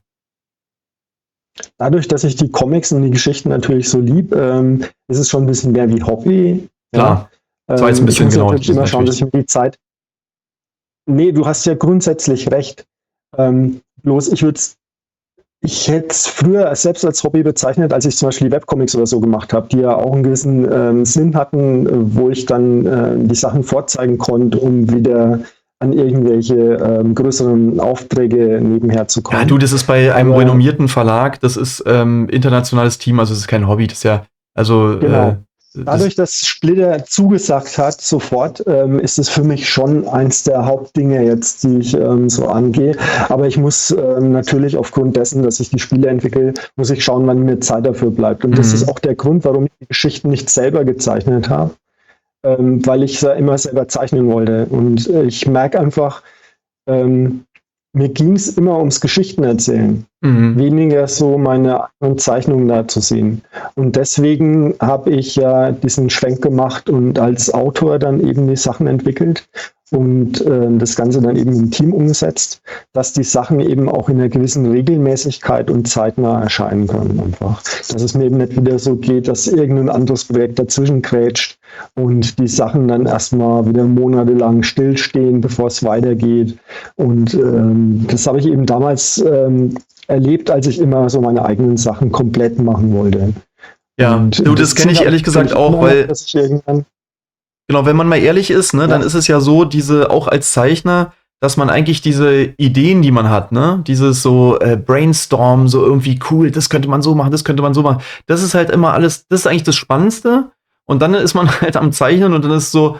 Dadurch, dass ich die Comics und die Geschichten natürlich so lieb, ähm, ist es schon ein bisschen mehr wie Hobby. Klar, ja. das war jetzt ein bisschen ich muss genau. natürlich immer schauen, dass ich mir die Zeit... Nee, du hast ja grundsätzlich recht. Ähm, bloß ich würde ich hätte es früher selbst als Hobby bezeichnet, als ich zum Beispiel die Webcomics oder so gemacht habe, die ja auch einen gewissen ähm, Sinn hatten, wo ich dann äh, die Sachen vorzeigen konnte, um wieder an irgendwelche ähm, größeren Aufträge nebenher zu kommen. Ja, du, das ist bei einem Aber, renommierten Verlag, das ist ähm, internationales Team, also es ist kein Hobby, das ist ja, also genau. äh, Dadurch, dass Splitter zugesagt hat, sofort, ähm, ist es für mich schon eins der Hauptdinge jetzt, die ich ähm, so angehe. Aber ich muss ähm, natürlich aufgrund dessen, dass ich die Spiele entwickle, muss ich schauen, wann mir Zeit dafür bleibt. Und mhm. das ist auch der Grund, warum ich die Geschichten nicht selber gezeichnet habe, ähm, weil ich sie immer selber zeichnen wollte. Und äh, ich merke einfach, ähm, mir ging es immer ums Geschichtenerzählen, mhm. weniger so meine eigenen Zeichnungen da zu sehen. Und deswegen habe ich ja diesen Schwenk gemacht und als Autor dann eben die Sachen entwickelt und äh, das Ganze dann eben im Team umgesetzt, dass die Sachen eben auch in einer gewissen Regelmäßigkeit und zeitnah erscheinen können einfach. Dass es mir eben nicht wieder so geht, dass irgendein anderes Projekt dazwischen grätscht und die Sachen dann erstmal wieder monatelang stillstehen, bevor es weitergeht. Und ähm, das habe ich eben damals ähm, erlebt, als ich immer so meine eigenen Sachen komplett machen wollte. Ja, und du, das, das kenne ich ehrlich gesagt auch, immer, weil dass ich irgendwann genau, wenn man mal ehrlich ist, ne, ja. dann ist es ja so, diese, auch als Zeichner, dass man eigentlich diese Ideen, die man hat, ne, dieses so äh, Brainstorm, so irgendwie cool, das könnte man so machen, das könnte man so machen, das ist halt immer alles, das ist eigentlich das Spannendste. Und dann ist man halt am Zeichnen und dann ist so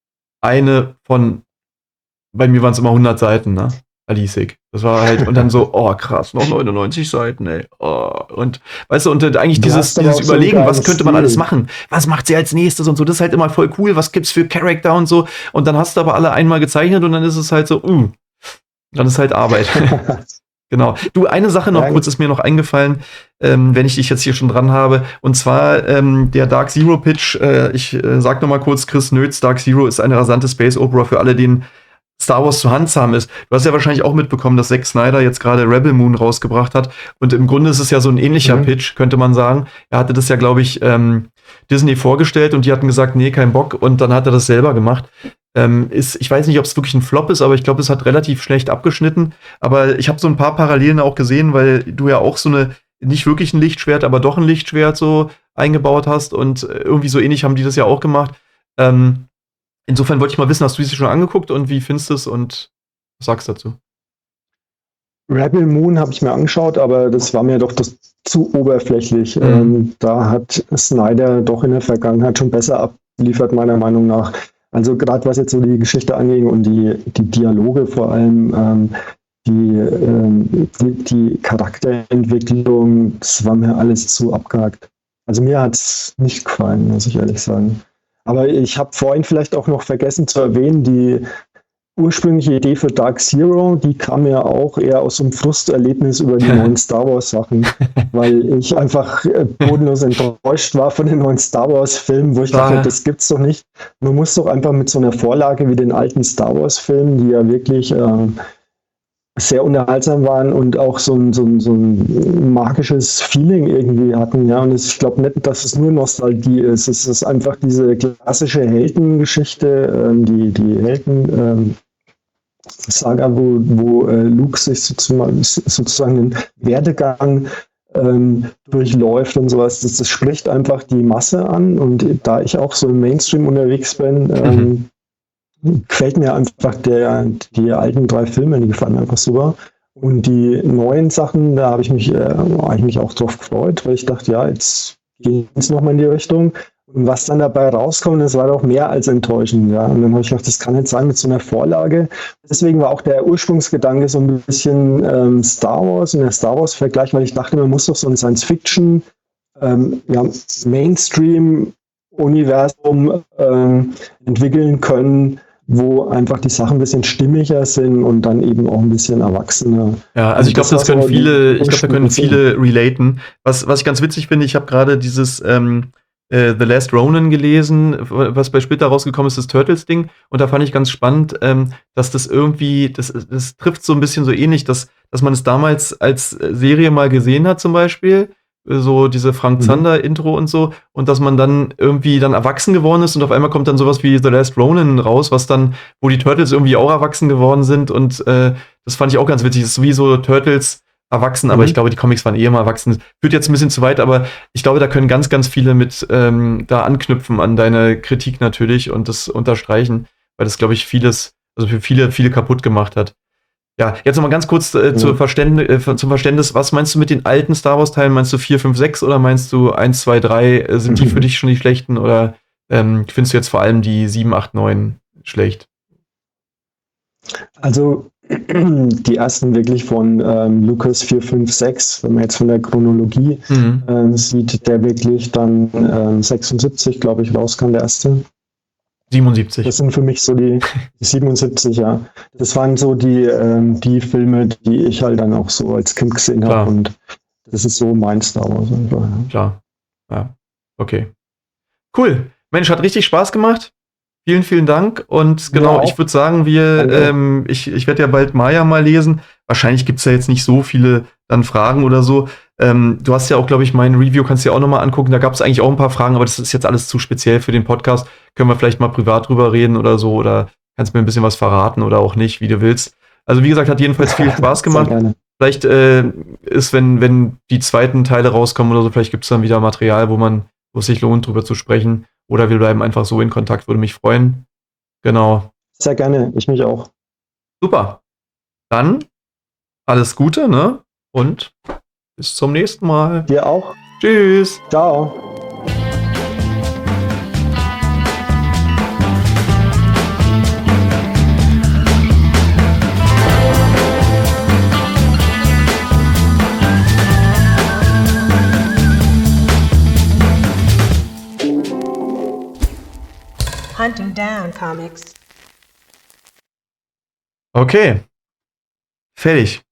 eine von, bei mir waren es immer hundert Seiten, ne, Alice. Das war halt, und dann so, oh krass, noch neunundneunzig Seiten, ey. Oh. Und weißt du, und äh, eigentlich du dieses, dieses Überlegen, so was könnte man Stil. alles machen? Was macht sie als nächstes und so? Das ist halt immer voll cool, was gibt's für Charakter und so. Und dann hast du aber alle einmal gezeichnet und dann ist es halt so, uh, dann ist halt Arbeit. Genau. Du, eine Sache noch kurz ist mir noch eingefallen, ähm, wenn ich dich jetzt hier schon dran habe. Und zwar ähm, der Dark Zero Pitch. Äh, ich äh, sag noch mal kurz, Chris Nötz, Dark Zero ist eine rasante Space Opera für alle, denen Star Wars zu handzahm ist. Du hast ja wahrscheinlich auch mitbekommen, dass Zack Snyder jetzt gerade Rebel Moon rausgebracht hat. Und im Grunde ist es ja so ein ähnlicher mhm. Pitch, könnte man sagen. Er hatte das ja, glaube ich, ähm, Disney vorgestellt und die hatten gesagt, nee, kein Bock. Und dann hat er das selber gemacht. Ähm, ist, ich weiß nicht, ob es wirklich ein Flop ist, aber ich glaube, es hat relativ schlecht abgeschnitten. Aber ich habe so ein paar Parallelen auch gesehen, weil du ja auch so eine, nicht wirklich ein Lichtschwert, aber doch ein Lichtschwert so eingebaut hast. Und irgendwie so ähnlich haben die das ja auch gemacht. Ähm, Insofern wollte ich mal wissen, hast du sie schon angeguckt und wie findest du es und was sagst du dazu? Rebel Moon habe ich mir angeschaut, aber das war mir doch das zu oberflächlich. Mhm. Ähm, da hat Snyder doch in der Vergangenheit schon besser abliefert, meiner Meinung nach. Also gerade was jetzt so die Geschichte anging und die, die Dialoge vor allem, ähm, die, ähm, die, die Charakterentwicklung, das war mir alles zu abgehakt. Also mir hat es nicht gefallen, muss ich ehrlich sagen. Aber ich habe vorhin vielleicht auch noch vergessen zu erwähnen, die ursprüngliche Idee für Dark Zero, die kam ja auch eher aus so einem Frusterlebnis über die neuen Star Wars Sachen, weil ich einfach bodenlos enttäuscht war von den neuen Star Wars Filmen, wo ich ah. dachte, das gibt's doch nicht. Man muss doch einfach mit so einer Vorlage wie den alten Star Wars Filmen, die ja wirklich ähm, sehr unterhaltsam waren und auch so ein, so ein, so ein magisches Feeling irgendwie hatten. Ja, und es, ich glaube nicht, dass es nur Nostalgie ist. Es ist einfach diese klassische Heldengeschichte, ähm, die, die Helden ähm, Saga, wo, wo äh, Luke sich sozusagen, sozusagen den Werdegang ähm, durchläuft und sowas. Das, das spricht einfach die Masse an. Und da ich auch so im Mainstream unterwegs bin, ähm, mhm. gefällt mir einfach der, die alten drei Filme, die gefallen mir einfach super. Und die neuen Sachen, da habe ich mich äh, eigentlich auch drauf gefreut, weil ich dachte, ja, jetzt geht es nochmal in die Richtung. Und was dann dabei rauskommt, das war doch mehr als enttäuschend. Ja. Und dann habe ich gedacht, das kann nicht sein mit so einer Vorlage. Deswegen war auch der Ursprungsgedanke so ein bisschen ähm, Star Wars und der Star Wars-Vergleich, weil ich dachte, man muss doch so ein Science-Fiction, ähm, ja, Mainstream-Universum ähm, entwickeln können, wo einfach die Sachen ein bisschen stimmiger sind und dann eben auch ein bisschen erwachsener. Ja, also ich glaube, das, das können viele, ich glaube, da können viele relaten. Was, was ich ganz witzig finde, ich habe gerade dieses ähm, äh, The Last Ronin gelesen, was bei Splitter rausgekommen ist, das Turtles-Ding. Und da fand ich ganz spannend, ähm, dass das irgendwie, das, das trifft so ein bisschen so ähnlich, dass, dass man es damals als Serie mal gesehen hat zum Beispiel, so diese Frank Zander Intro und so, und dass man dann irgendwie dann erwachsen geworden ist und auf einmal kommt dann sowas wie The Last Ronin raus, was dann, wo die Turtles irgendwie auch erwachsen geworden sind und äh, das fand ich auch ganz witzig. Das ist wie so Turtles erwachsen, aber mhm. ich glaube, die Comics waren eh immer erwachsen. Führt jetzt ein bisschen zu weit, aber ich glaube, da können ganz, ganz viele mit ähm, da anknüpfen an deine Kritik natürlich und das unterstreichen, weil das, glaube ich, vieles, also für viele, viele kaputt gemacht hat. Ja, jetzt nochmal ganz kurz äh, Ja. zur Verständ äh, zum Verständnis, was meinst du mit den alten Star Wars-Teilen? Meinst du vier, fünf, sechs oder meinst du eins, zwei, drei? Äh, sind die für dich schon die schlechten oder ähm, findest du jetzt vor allem die sieben, acht, neun schlecht? Also die ersten wirklich von ähm, Lucas vier, fünf, sechs, wenn man jetzt von der Chronologie Mhm. ähm, sieht, der wirklich dann ähm, sechsundsiebzig, glaube ich, rauskam, der erste. siebenundsiebzig. Das sind für mich so die, die siebenundsiebzig, ja. Das waren so die, ähm, die Filme, die ich halt dann auch so als Kind gesehen Klar. habe. Und das ist so mein Star Wars einfach. Ja. Klar. Ja, okay. Cool. Mensch, hat richtig Spaß gemacht. Vielen, vielen Dank. Und genau, auch. ich würde sagen, wir, Danke. ähm, ich, ich werde ja bald Maya mal lesen. Wahrscheinlich gibt es ja jetzt nicht so viele dann Fragen oder so. Ähm, du hast ja auch, glaube ich, mein Review, kannst du ja auch nochmal angucken. Da gab es eigentlich auch ein paar Fragen, aber das ist jetzt alles zu speziell für den Podcast. Können wir vielleicht mal privat drüber reden oder so. Oder kannst mir ein bisschen was verraten oder auch nicht, wie du willst. Also wie gesagt, hat jedenfalls viel Spaß Sehr gemacht. gerne. Vielleicht äh, ist, wenn, wenn die zweiten Teile rauskommen oder so, vielleicht gibt es dann wieder Material, wo man, wo es sich lohnt, drüber zu sprechen. Oder wir bleiben einfach so in Kontakt, würde mich freuen. Genau. Sehr gerne, ich mich auch. Super. Dann alles Gute, ne? Und bis zum nächsten Mal. Dir auch. Tschüss. Ciao. Hunting Down Comics. Okay. Fertig.